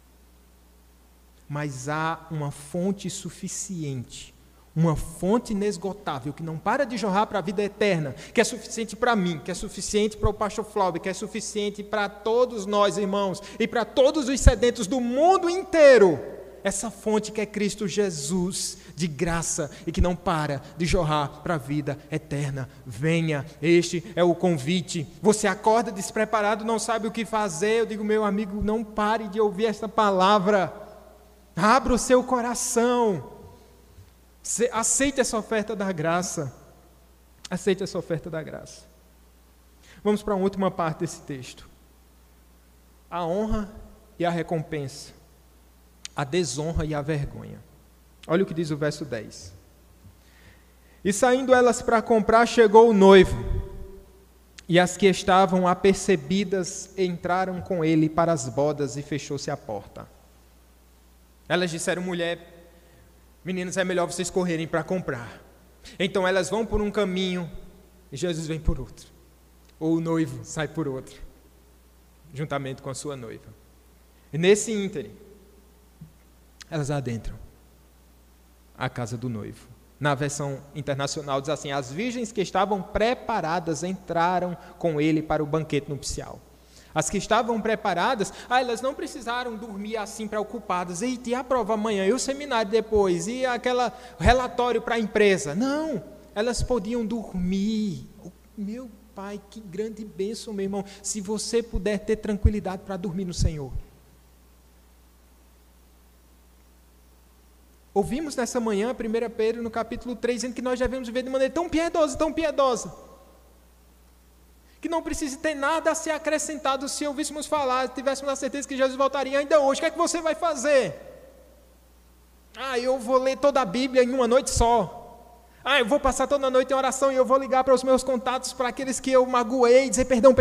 Mas há uma fonte suficiente, uma fonte inesgotável, que não para de jorrar para a vida eterna, que é suficiente para mim, que é suficiente para o pastor Flávio, que é suficiente para todos nós, irmãos, e para todos os sedentos do mundo inteiro. Essa fonte que é Cristo Jesus, de graça, e que não para de jorrar para a vida eterna. Venha, este é o convite. Você acorda despreparado, não sabe o que fazer. Eu digo, meu amigo, não pare de ouvir esta palavra. Abra o seu coração. Aceite essa oferta da graça. Aceite essa oferta da graça. Vamos para a última parte desse texto. A honra e a recompensa. A desonra e a vergonha. Olha o que diz o verso 10. E saindo elas para comprar, chegou o noivo. E as que estavam apercebidas entraram com ele para as bodas e fechou-se a porta. Elas disseram, meninas, é melhor vocês correrem para comprar. Então elas vão por um caminho e Jesus vem por outro. Ou o noivo sai por outro, juntamente com a sua noiva. E nesse ínterim, elas adentram a casa do noivo. Na versão internacional diz assim, as virgens que estavam preparadas entraram com ele para o banquete nupcial. As que estavam preparadas, elas não precisaram dormir assim preocupadas. E a prova amanhã, e o seminário depois, e aquele relatório para a empresa. Não, elas podiam dormir. Meu Pai, que grande bênção, meu irmão, se você puder ter tranquilidade para dormir no Senhor. Ouvimos nessa manhã, 1 Pedro, no capítulo 3, dizendo que nós devemos viver de maneira tão piedosa, que não precisa ter nada a ser acrescentado. Se ouvíssemos falar, tivéssemos a certeza que Jesus voltaria ainda hoje, o que é que você vai fazer? Eu vou ler toda a Bíblia em uma noite só. Eu vou passar toda a noite em oração e eu vou ligar para os meus contatos, para aqueles que eu magoei, dizer perdão.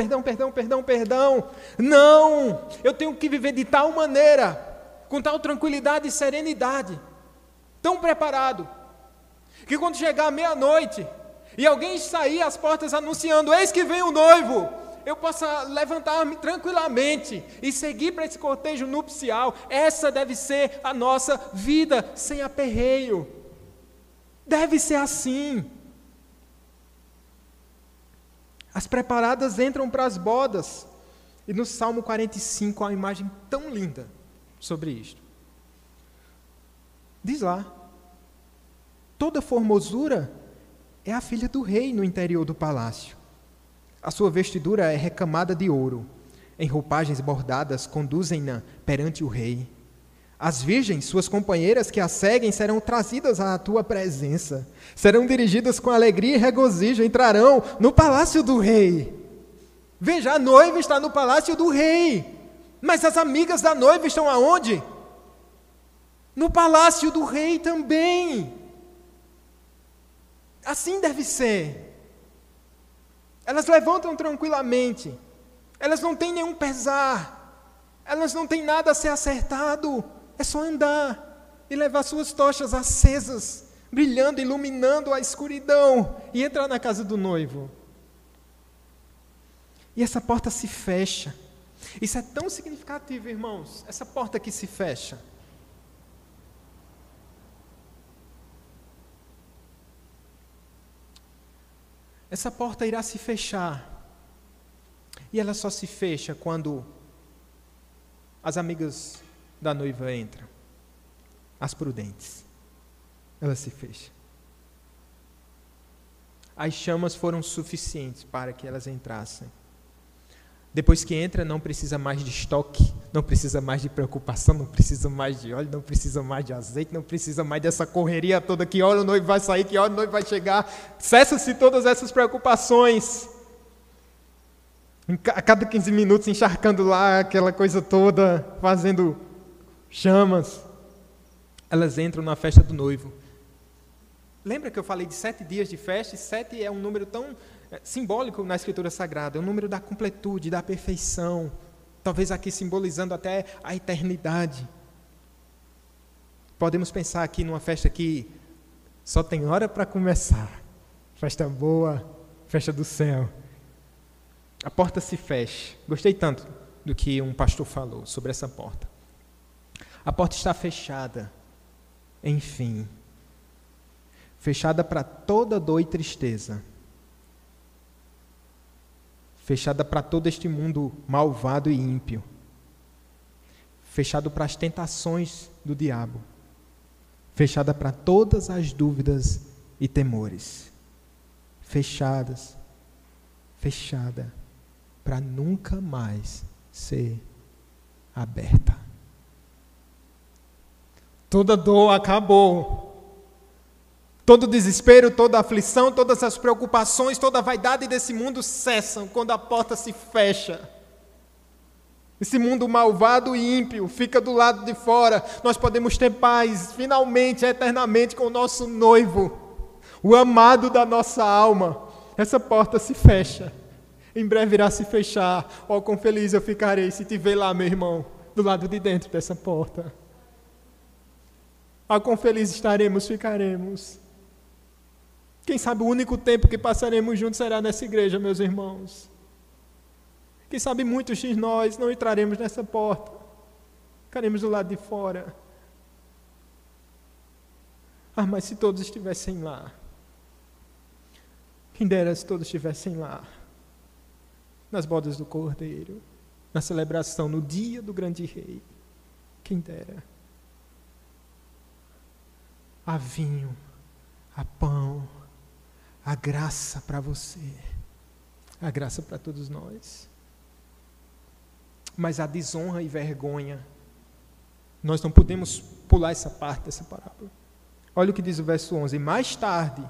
Não, eu tenho que viver de tal maneira, com tal tranquilidade e serenidade, tão preparado, que quando chegar a meia-noite e alguém sair às portas anunciando, eis que vem o noivo, eu possa levantar-me tranquilamente e seguir para esse cortejo nupcial. Essa deve ser a nossa vida, sem aperreio. Deve ser assim. As preparadas entram para as bodas. E no Salmo 45 há uma imagem tão linda sobre isto. Diz lá, toda formosura é a filha do rei no interior do palácio. A sua vestidura é recamada de ouro. Em roupagens bordadas conduzem-na perante o rei. As virgens, suas companheiras que a seguem, serão trazidas à tua presença. Serão dirigidas com alegria e regozijo, entrarão no palácio do rei. Veja, a noiva está no palácio do rei. Mas as amigas da noiva estão aonde? No palácio do rei também. Assim deve ser. Elas levantam tranquilamente. Elas não têm nenhum pesar. Elas não têm nada a ser acertado. É só andar e levar suas tochas acesas, brilhando, iluminando a escuridão e entrar na casa do noivo. E essa porta se fecha. Isso é tão significativo, irmãos. Essa porta que se fecha. Essa porta irá se fechar. E ela só se fecha quando as amigas da noiva entram. As prudentes. Ela se fecha. As chamas foram suficientes para que elas entrassem. Depois que entra, não precisa mais de estoque, não precisa mais de preocupação, não precisa mais de óleo, não precisa mais de azeite, não precisa mais dessa correria toda, que hora o noivo vai sair, que hora o noivo vai chegar. Cessa-se todas essas preocupações. A cada 15 minutos encharcando lá aquela coisa toda, fazendo chamas. Elas entram na festa do noivo. Lembra que eu falei de 7 dias de festa? E 7 é um número tão simbólico na Escritura Sagrada. É o número da completude, da perfeição. Talvez aqui simbolizando até a eternidade. Podemos pensar aqui numa festa que só tem hora para começar. Festa boa, festa do céu. A porta se fecha. Gostei tanto do que um pastor falou sobre essa porta. A porta está fechada. Enfim. Fechada para toda dor e tristeza. Fechada para todo este mundo malvado e ímpio. Fechado para as tentações do diabo. Fechada para todas as dúvidas e temores. Fechada para nunca mais ser aberta. Toda dor acabou. Todo desespero, toda aflição, todas as preocupações, toda a vaidade desse mundo cessam quando a porta se fecha. Esse mundo malvado e ímpio fica do lado de fora. Nós podemos ter paz, finalmente, eternamente, com o nosso noivo, o amado da nossa alma. Essa porta se fecha. Em breve irá se fechar. Oh, quão feliz eu ficarei se te ver lá, meu irmão, do lado de dentro dessa porta. Oh, quão feliz ficaremos. Quem sabe o único tempo que passaremos juntos será nessa igreja, meus irmãos. Quem sabe muitos de nós não entraremos nessa porta. Ficaremos do lado de fora. Ah, mas se todos estivessem lá. Quem dera se todos estivessem lá. Nas bodas do Cordeiro. Na celebração, no dia do grande rei. Quem dera. Há vinho, há pão, há graça para você. Há graça para todos nós. Mas a desonra e vergonha, nós não podemos pular essa parte dessa parábola. Olha o que diz o verso 11. Mais tarde,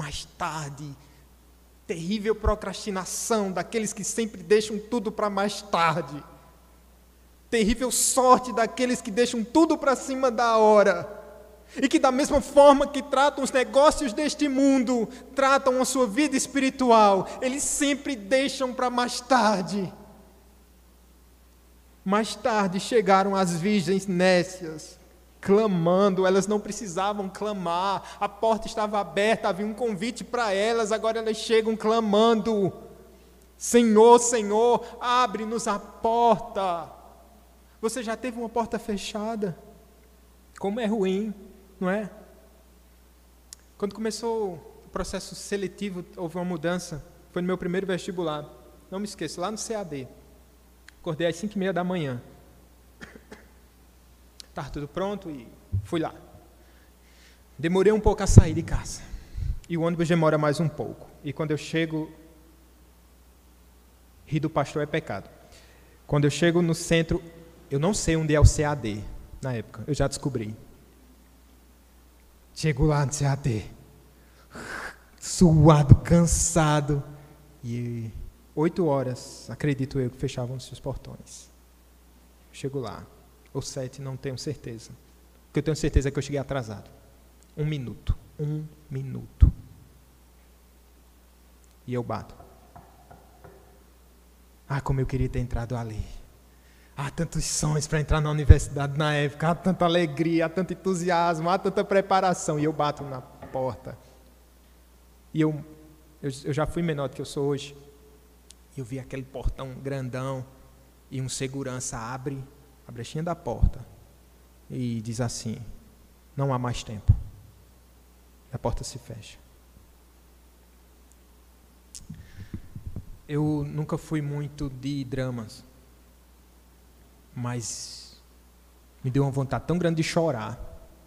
terrível procrastinação daqueles que sempre deixam tudo para mais tarde. Terrível sorte daqueles que deixam tudo para cima da hora. E que da mesma forma que tratam os negócios deste mundo, tratam a sua vida espiritual, eles sempre deixam para mais tarde. Mais tarde chegaram as virgens nécias, clamando. Elas não precisavam clamar, a porta estava aberta, havia um convite para elas, agora elas chegam clamando: Senhor, Senhor, abre-nos a porta. Você já teve uma porta fechada? Como é ruim, não é? Quando começou o processo seletivo, houve uma mudança, foi no meu primeiro vestibular, não me esqueço, lá no CAD. Acordei às 5h30 da manhã. Estava tudo pronto e fui lá. Demorei um pouco a sair de casa. E o ônibus demora mais um pouco. E quando eu chego... Rir do pastor é pecado. Quando eu chego no centro, eu não sei onde é o CAD, na época, eu já descobri. Chego lá no CAD, suado, cansado, e 8 horas, acredito eu, que fechavam-se os portões. Chego lá, ou 7, não tenho certeza. O que eu tenho certeza é que eu cheguei atrasado. 1 minuto. E eu bato. Ah, como eu queria ter entrado ali. Há tantos sonhos para entrar na universidade na época, há tanta alegria, há tanto entusiasmo, há tanta preparação. E eu bato na porta. E eu já fui menor do que eu sou hoje. E eu vi aquele portão grandão e um segurança abre a brechinha da porta e diz assim: não há mais tempo. E a porta se fecha. Eu nunca fui muito de dramas, mas me deu uma vontade tão grande de chorar.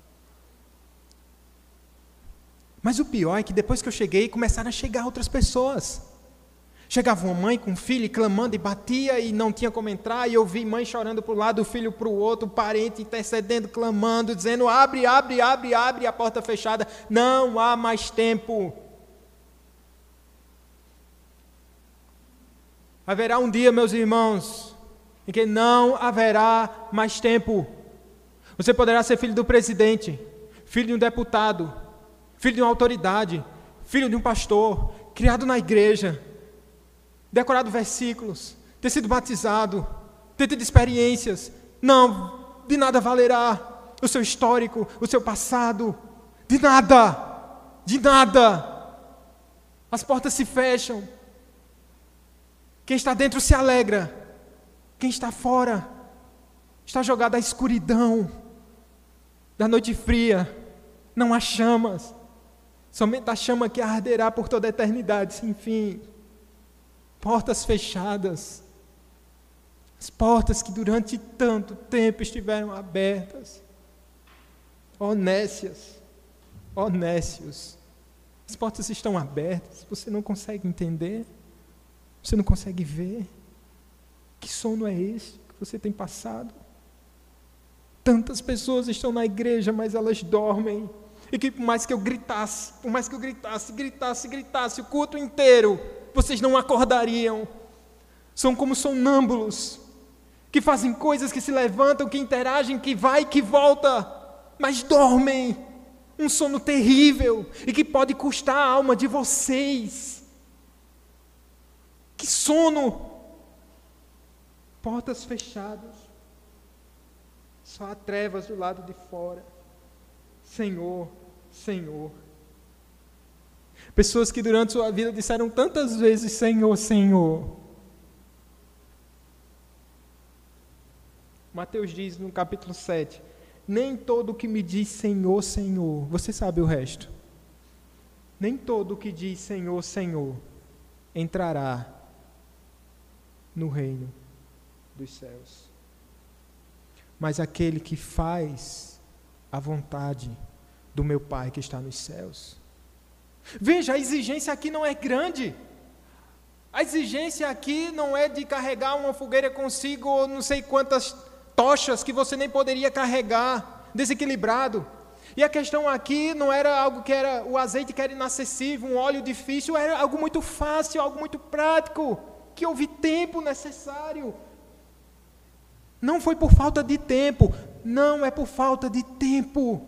Mas o pior é que depois que eu cheguei, começaram a chegar outras pessoas. Chegava uma mãe com um filho clamando e batia e não tinha como entrar, e eu vi mãe chorando para um lado, o filho para o outro, o parente intercedendo, clamando, dizendo: abre, abre, abre, abre, e a porta fechada, não há mais tempo. Haverá um dia, meus irmãos, em que não haverá mais tempo. Você poderá ser filho do presidente, filho de um deputado, filho de uma autoridade, filho de um pastor, criado na igreja, decorado versículos, ter sido batizado, ter tido experiências. Não, de nada valerá o seu histórico, o seu passado. De nada, de nada. As portas se fecham. Quem está dentro se alegra. Quem está fora está jogado à escuridão da noite fria. Não há chamas. Somente a chama que arderá por toda a eternidade sem fim. Portas fechadas. As portas que durante tanto tempo estiveram abertas. Ó nécias, ó nécios. As portas estão abertas, você não consegue entender? Você não consegue ver? Que sono é esse que você tem passado? Tantas pessoas estão na igreja, mas elas dormem. E que por mais que eu gritasse o culto inteiro, vocês não acordariam. São como sonâmbulos, que fazem coisas, que se levantam, que interagem, que vai e que volta, mas dormem. Um sono terrível e que pode custar a alma de vocês. Que sono! Portas fechadas, só há trevas do lado de fora. Senhor, Senhor. Pessoas que durante sua vida disseram tantas vezes Senhor, Senhor. Mateus diz no capítulo 7, nem todo o que me diz Senhor, Senhor, você sabe o resto. Nem todo o que diz Senhor, Senhor, entrará no reino dos céus. Mas aquele que faz a vontade do meu Pai que está nos céus. Veja, a exigência aqui não é grande. A exigência aqui não é de carregar uma fogueira consigo ou não sei quantas tochas que você nem poderia carregar, desequilibrado. E a questão aqui não era algo que era o azeite que era inacessível, um óleo difícil, era algo muito fácil, algo muito prático, que houve tempo necessário. Não foi por falta de tempo, não é por falta de tempo.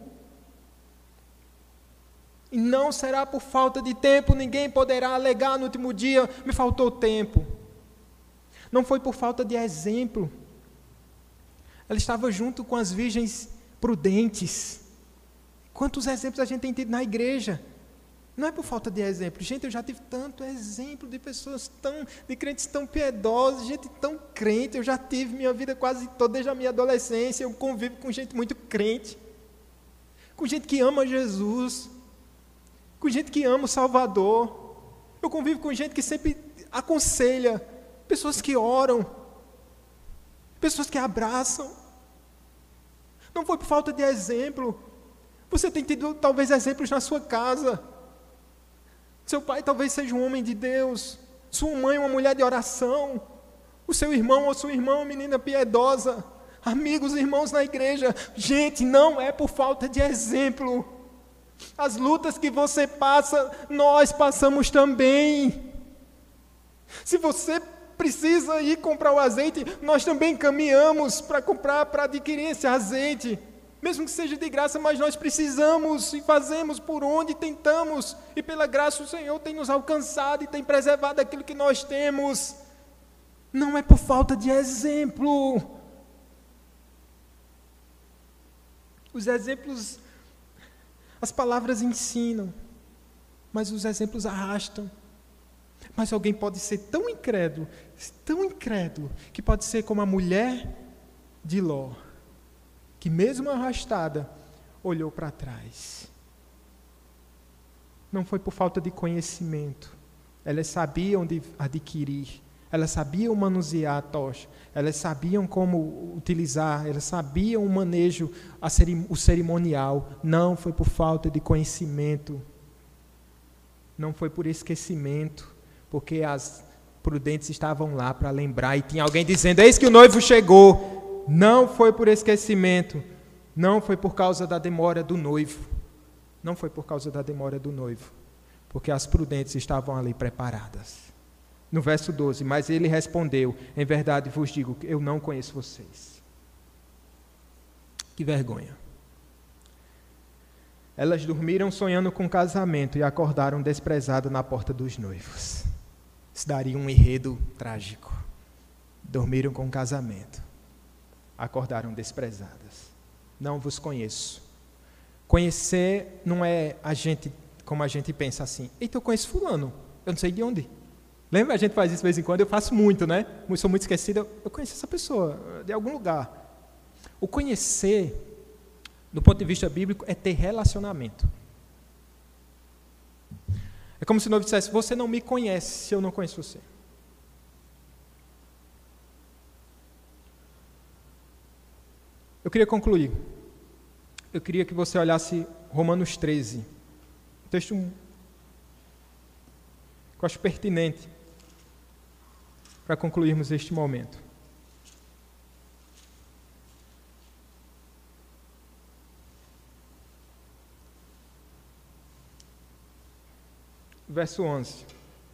E não será por falta de tempo, ninguém poderá alegar no último dia, me faltou tempo. Não foi por falta de exemplo. Ela estava junto com as virgens prudentes. Quantos exemplos a gente tem tido na igreja? Não é por falta de exemplo. Gente, eu já tive tanto exemplo de pessoas de crentes tão piedosos, gente tão crente. Eu já tive minha vida quase toda, desde a minha adolescência. Eu convivo com gente muito crente. Com gente que ama Jesus. Com gente que ama o Salvador. Eu convivo com gente que sempre aconselha. Pessoas que oram. Pessoas que abraçam. Não foi por falta de exemplo. Você tem tido talvez exemplos na sua casa. Seu pai talvez seja um homem de Deus. Sua mãe uma mulher de oração. O seu irmão ou sua irmã uma menina piedosa. Amigos, irmãos na igreja. Gente, não é por falta de exemplo. As lutas que você passa, nós passamos também. Se você precisa ir comprar o azeite, nós também caminhamos para comprar, para adquirir esse azeite. Mesmo que seja de graça, mas nós precisamos e fazemos por onde tentamos. E pela graça o Senhor tem nos alcançado e tem preservado aquilo que nós temos. Não é por falta de exemplo. Os exemplos, as palavras ensinam, mas os exemplos arrastam. Mas alguém pode ser tão incrédulo, que pode ser como a mulher de Ló, que mesmo arrastada, olhou para trás. Não foi por falta de conhecimento. Elas sabiam de adquirir, elas sabiam manusear a tocha, elas sabiam como utilizar, elas sabiam o manejo, o cerimonial. Não foi por falta de conhecimento. Não foi por esquecimento, porque as prudentes estavam lá para lembrar, e tinha alguém dizendo, eis que o noivo chegou. Não foi por esquecimento, não foi por causa da demora do noivo, não foi por causa da demora do noivo, porque as prudentes estavam ali preparadas. No verso 12, mas ele respondeu, em verdade vos digo, eu não conheço vocês. Que vergonha. Elas dormiram sonhando com casamento e acordaram desprezadas na porta dos noivos. Isso daria um enredo trágico. Dormiram com casamento. Acordaram desprezadas. Não vos conheço. Conhecer não é a gente, como a gente pensa assim. Eita, eu conheço fulano. Eu não sei de onde. Lembra? A gente faz isso de vez em quando. Eu faço muito, né? Eu sou muito esquecido. Eu conheço essa pessoa de algum lugar. O conhecer, do ponto de vista bíblico, é ter relacionamento. É como se o noivo dissesse, você não me conhece se eu não conheço você. Eu queria concluir. Eu queria que você olhasse Romanos 13. Um texto que eu acho pertinente para concluirmos este momento. verso 11.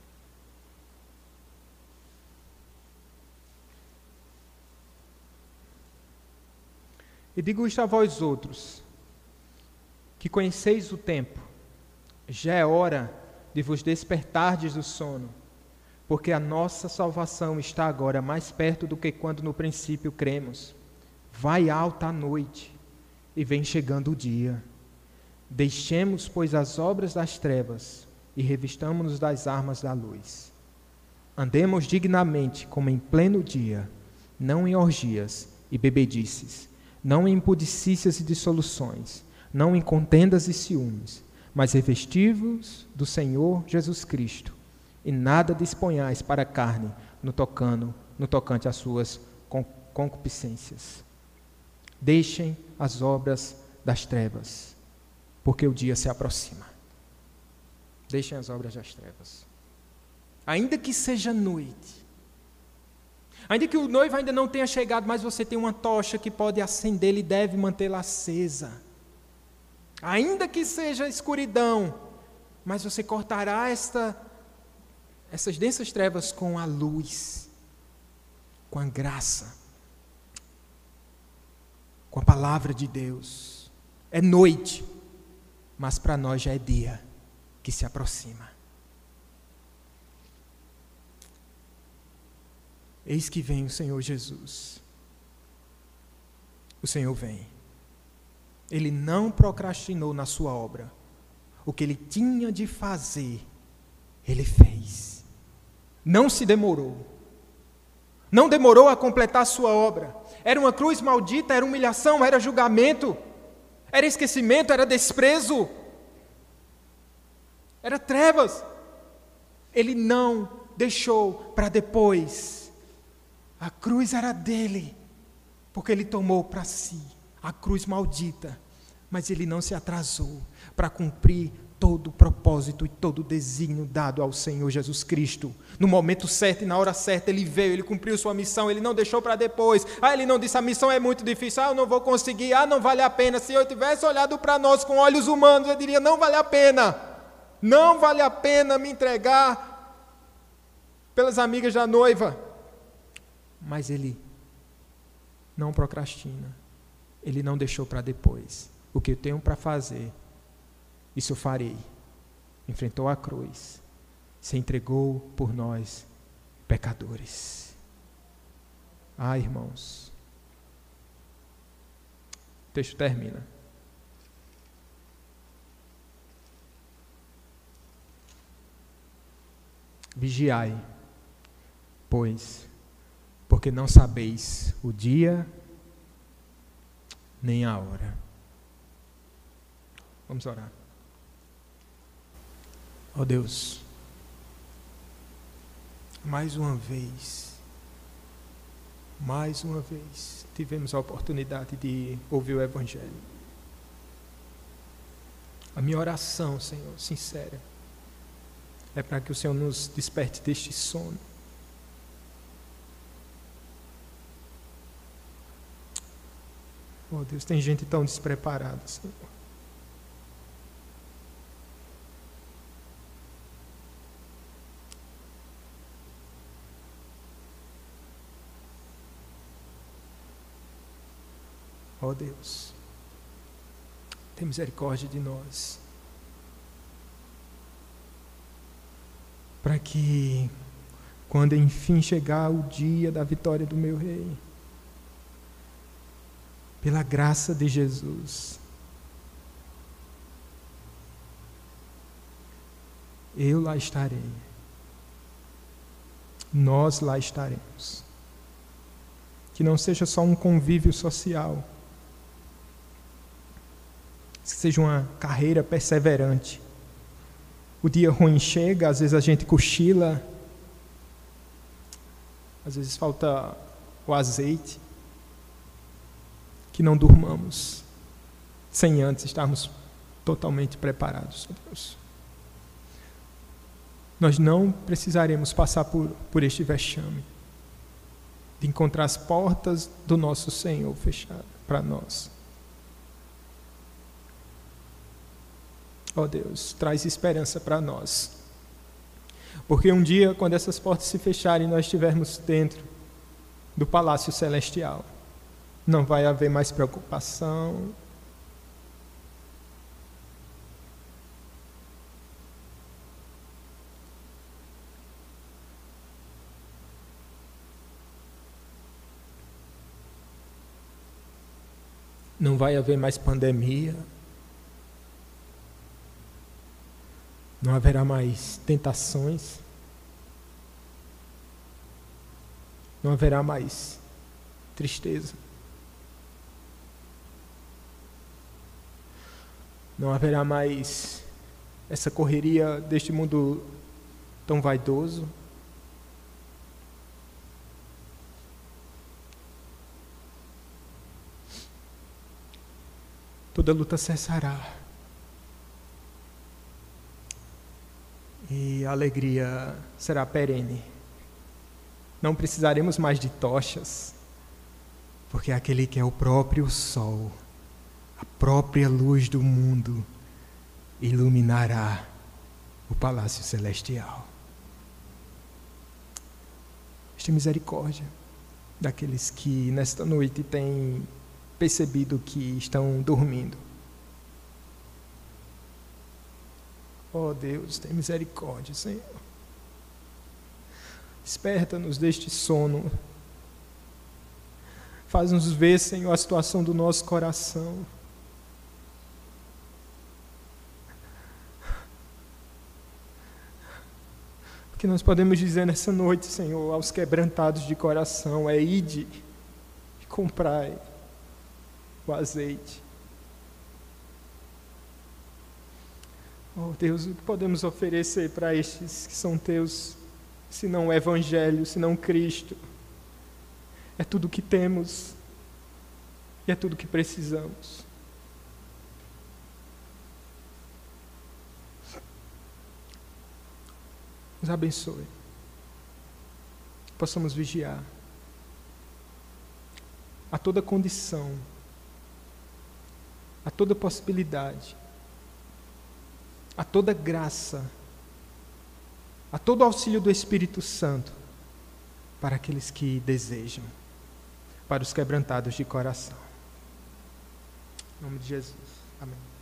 E digo isto a vós outros, que conheceis o tempo, já é hora de vos despertardes do sono, porque a nossa salvação está agora mais perto do que quando no princípio cremos. Vai alta a noite, e vem chegando o dia. Deixemos, pois, as obras das trevas, e revistamo-nos das armas da luz. Andemos dignamente, como em pleno dia, não em orgias e bebedices, não em impudicícias e dissoluções, não em contendas e ciúmes, mas revesti-vos do Senhor Jesus Cristo, e nada disponhais para a carne no tocante às suas concupiscências. Deixem as obras das trevas, porque o dia se aproxima. Deixem as obras das trevas. Ainda que seja noite, ainda que o noivo ainda não tenha chegado, mas você tem uma tocha que pode acendê-la e deve mantê-la acesa. Ainda que seja escuridão, mas você cortará essas densas trevas com a luz, com a graça, com a palavra de Deus. É noite, mas para nós já é dia que se aproxima. Eis que vem o Senhor Jesus. O Senhor vem. Ele não procrastinou na sua obra. O que ele tinha de fazer, ele fez. Não se demorou. Não demorou a completar a sua obra. Era uma cruz maldita, era humilhação, era julgamento, era esquecimento, era desprezo, era trevas. Ele não deixou para depois. A cruz era dele, porque ele tomou para si a cruz maldita, mas ele não se atrasou para cumprir todo o propósito e todo o desígnio dado ao Senhor Jesus Cristo. No momento certo e na hora certa ele veio, ele cumpriu sua missão, ele não deixou para depois. Ele não disse, a missão é muito difícil, eu não vou conseguir, não vale a pena. Se eu tivesse olhado para nós com olhos humanos, eu diria, não vale a pena. Não vale a pena me entregar pelas amigas da noiva. Mas ele não procrastina, ele não deixou para depois. O que eu tenho para fazer, isso eu farei. Enfrentou a cruz, se entregou por nós, pecadores. Irmãos, o texto termina. Vigiai, pois, porque não sabeis o dia nem a hora. Vamos orar. Ó Deus, mais uma vez, tivemos a oportunidade de ouvir o Evangelho. A minha oração, Senhor, sincera, é para que o Senhor nos desperte deste sono. Oh Deus, tem gente tão despreparada, Senhor. Oh Deus, tem misericórdia de nós, para que, quando enfim chegar o dia da vitória do meu Rei, pela graça de Jesus, eu lá estarei, nós lá estaremos. Que não seja só um convívio social, que seja uma carreira perseverante. O dia ruim chega, às vezes a gente cochila, às vezes falta o azeite. Que não durmamos sem antes estarmos totalmente preparados, Deus. Nós não precisaremos passar por este vexame de encontrar as portas do nosso Senhor fechadas para nós. Ó Deus, traz esperança para nós. Porque um dia, quando essas portas se fecharem e nós estivermos dentro do palácio celestial, não vai haver mais preocupação. Não vai haver mais pandemia. Não haverá mais tentações. Não haverá mais tristeza. Não haverá mais essa correria deste mundo tão vaidoso. Toda luta cessará. E a alegria será perene. Não precisaremos mais de tochas, porque aquele que é o próprio sol, a própria luz do mundo, iluminará o palácio celestial. Esta misericórdia daqueles que nesta noite têm percebido que estão dormindo. Oh Deus, tem misericórdia, Senhor. Desperta-nos deste sono. Faz-nos ver, Senhor, a situação do nosso coração. O que nós podemos dizer nessa noite, Senhor, aos quebrantados de coração é: ide e comprai o azeite. Oh Deus, o que podemos oferecer para estes que são teus, se não o Evangelho, se não Cristo? É tudo o que temos e é tudo o que precisamos. Nos abençoe. Possamos vigiar a toda condição, a toda possibilidade, a toda graça, a todo auxílio do Espírito Santo para aqueles que desejam, para os quebrantados de coração. Em nome de Jesus. Amém.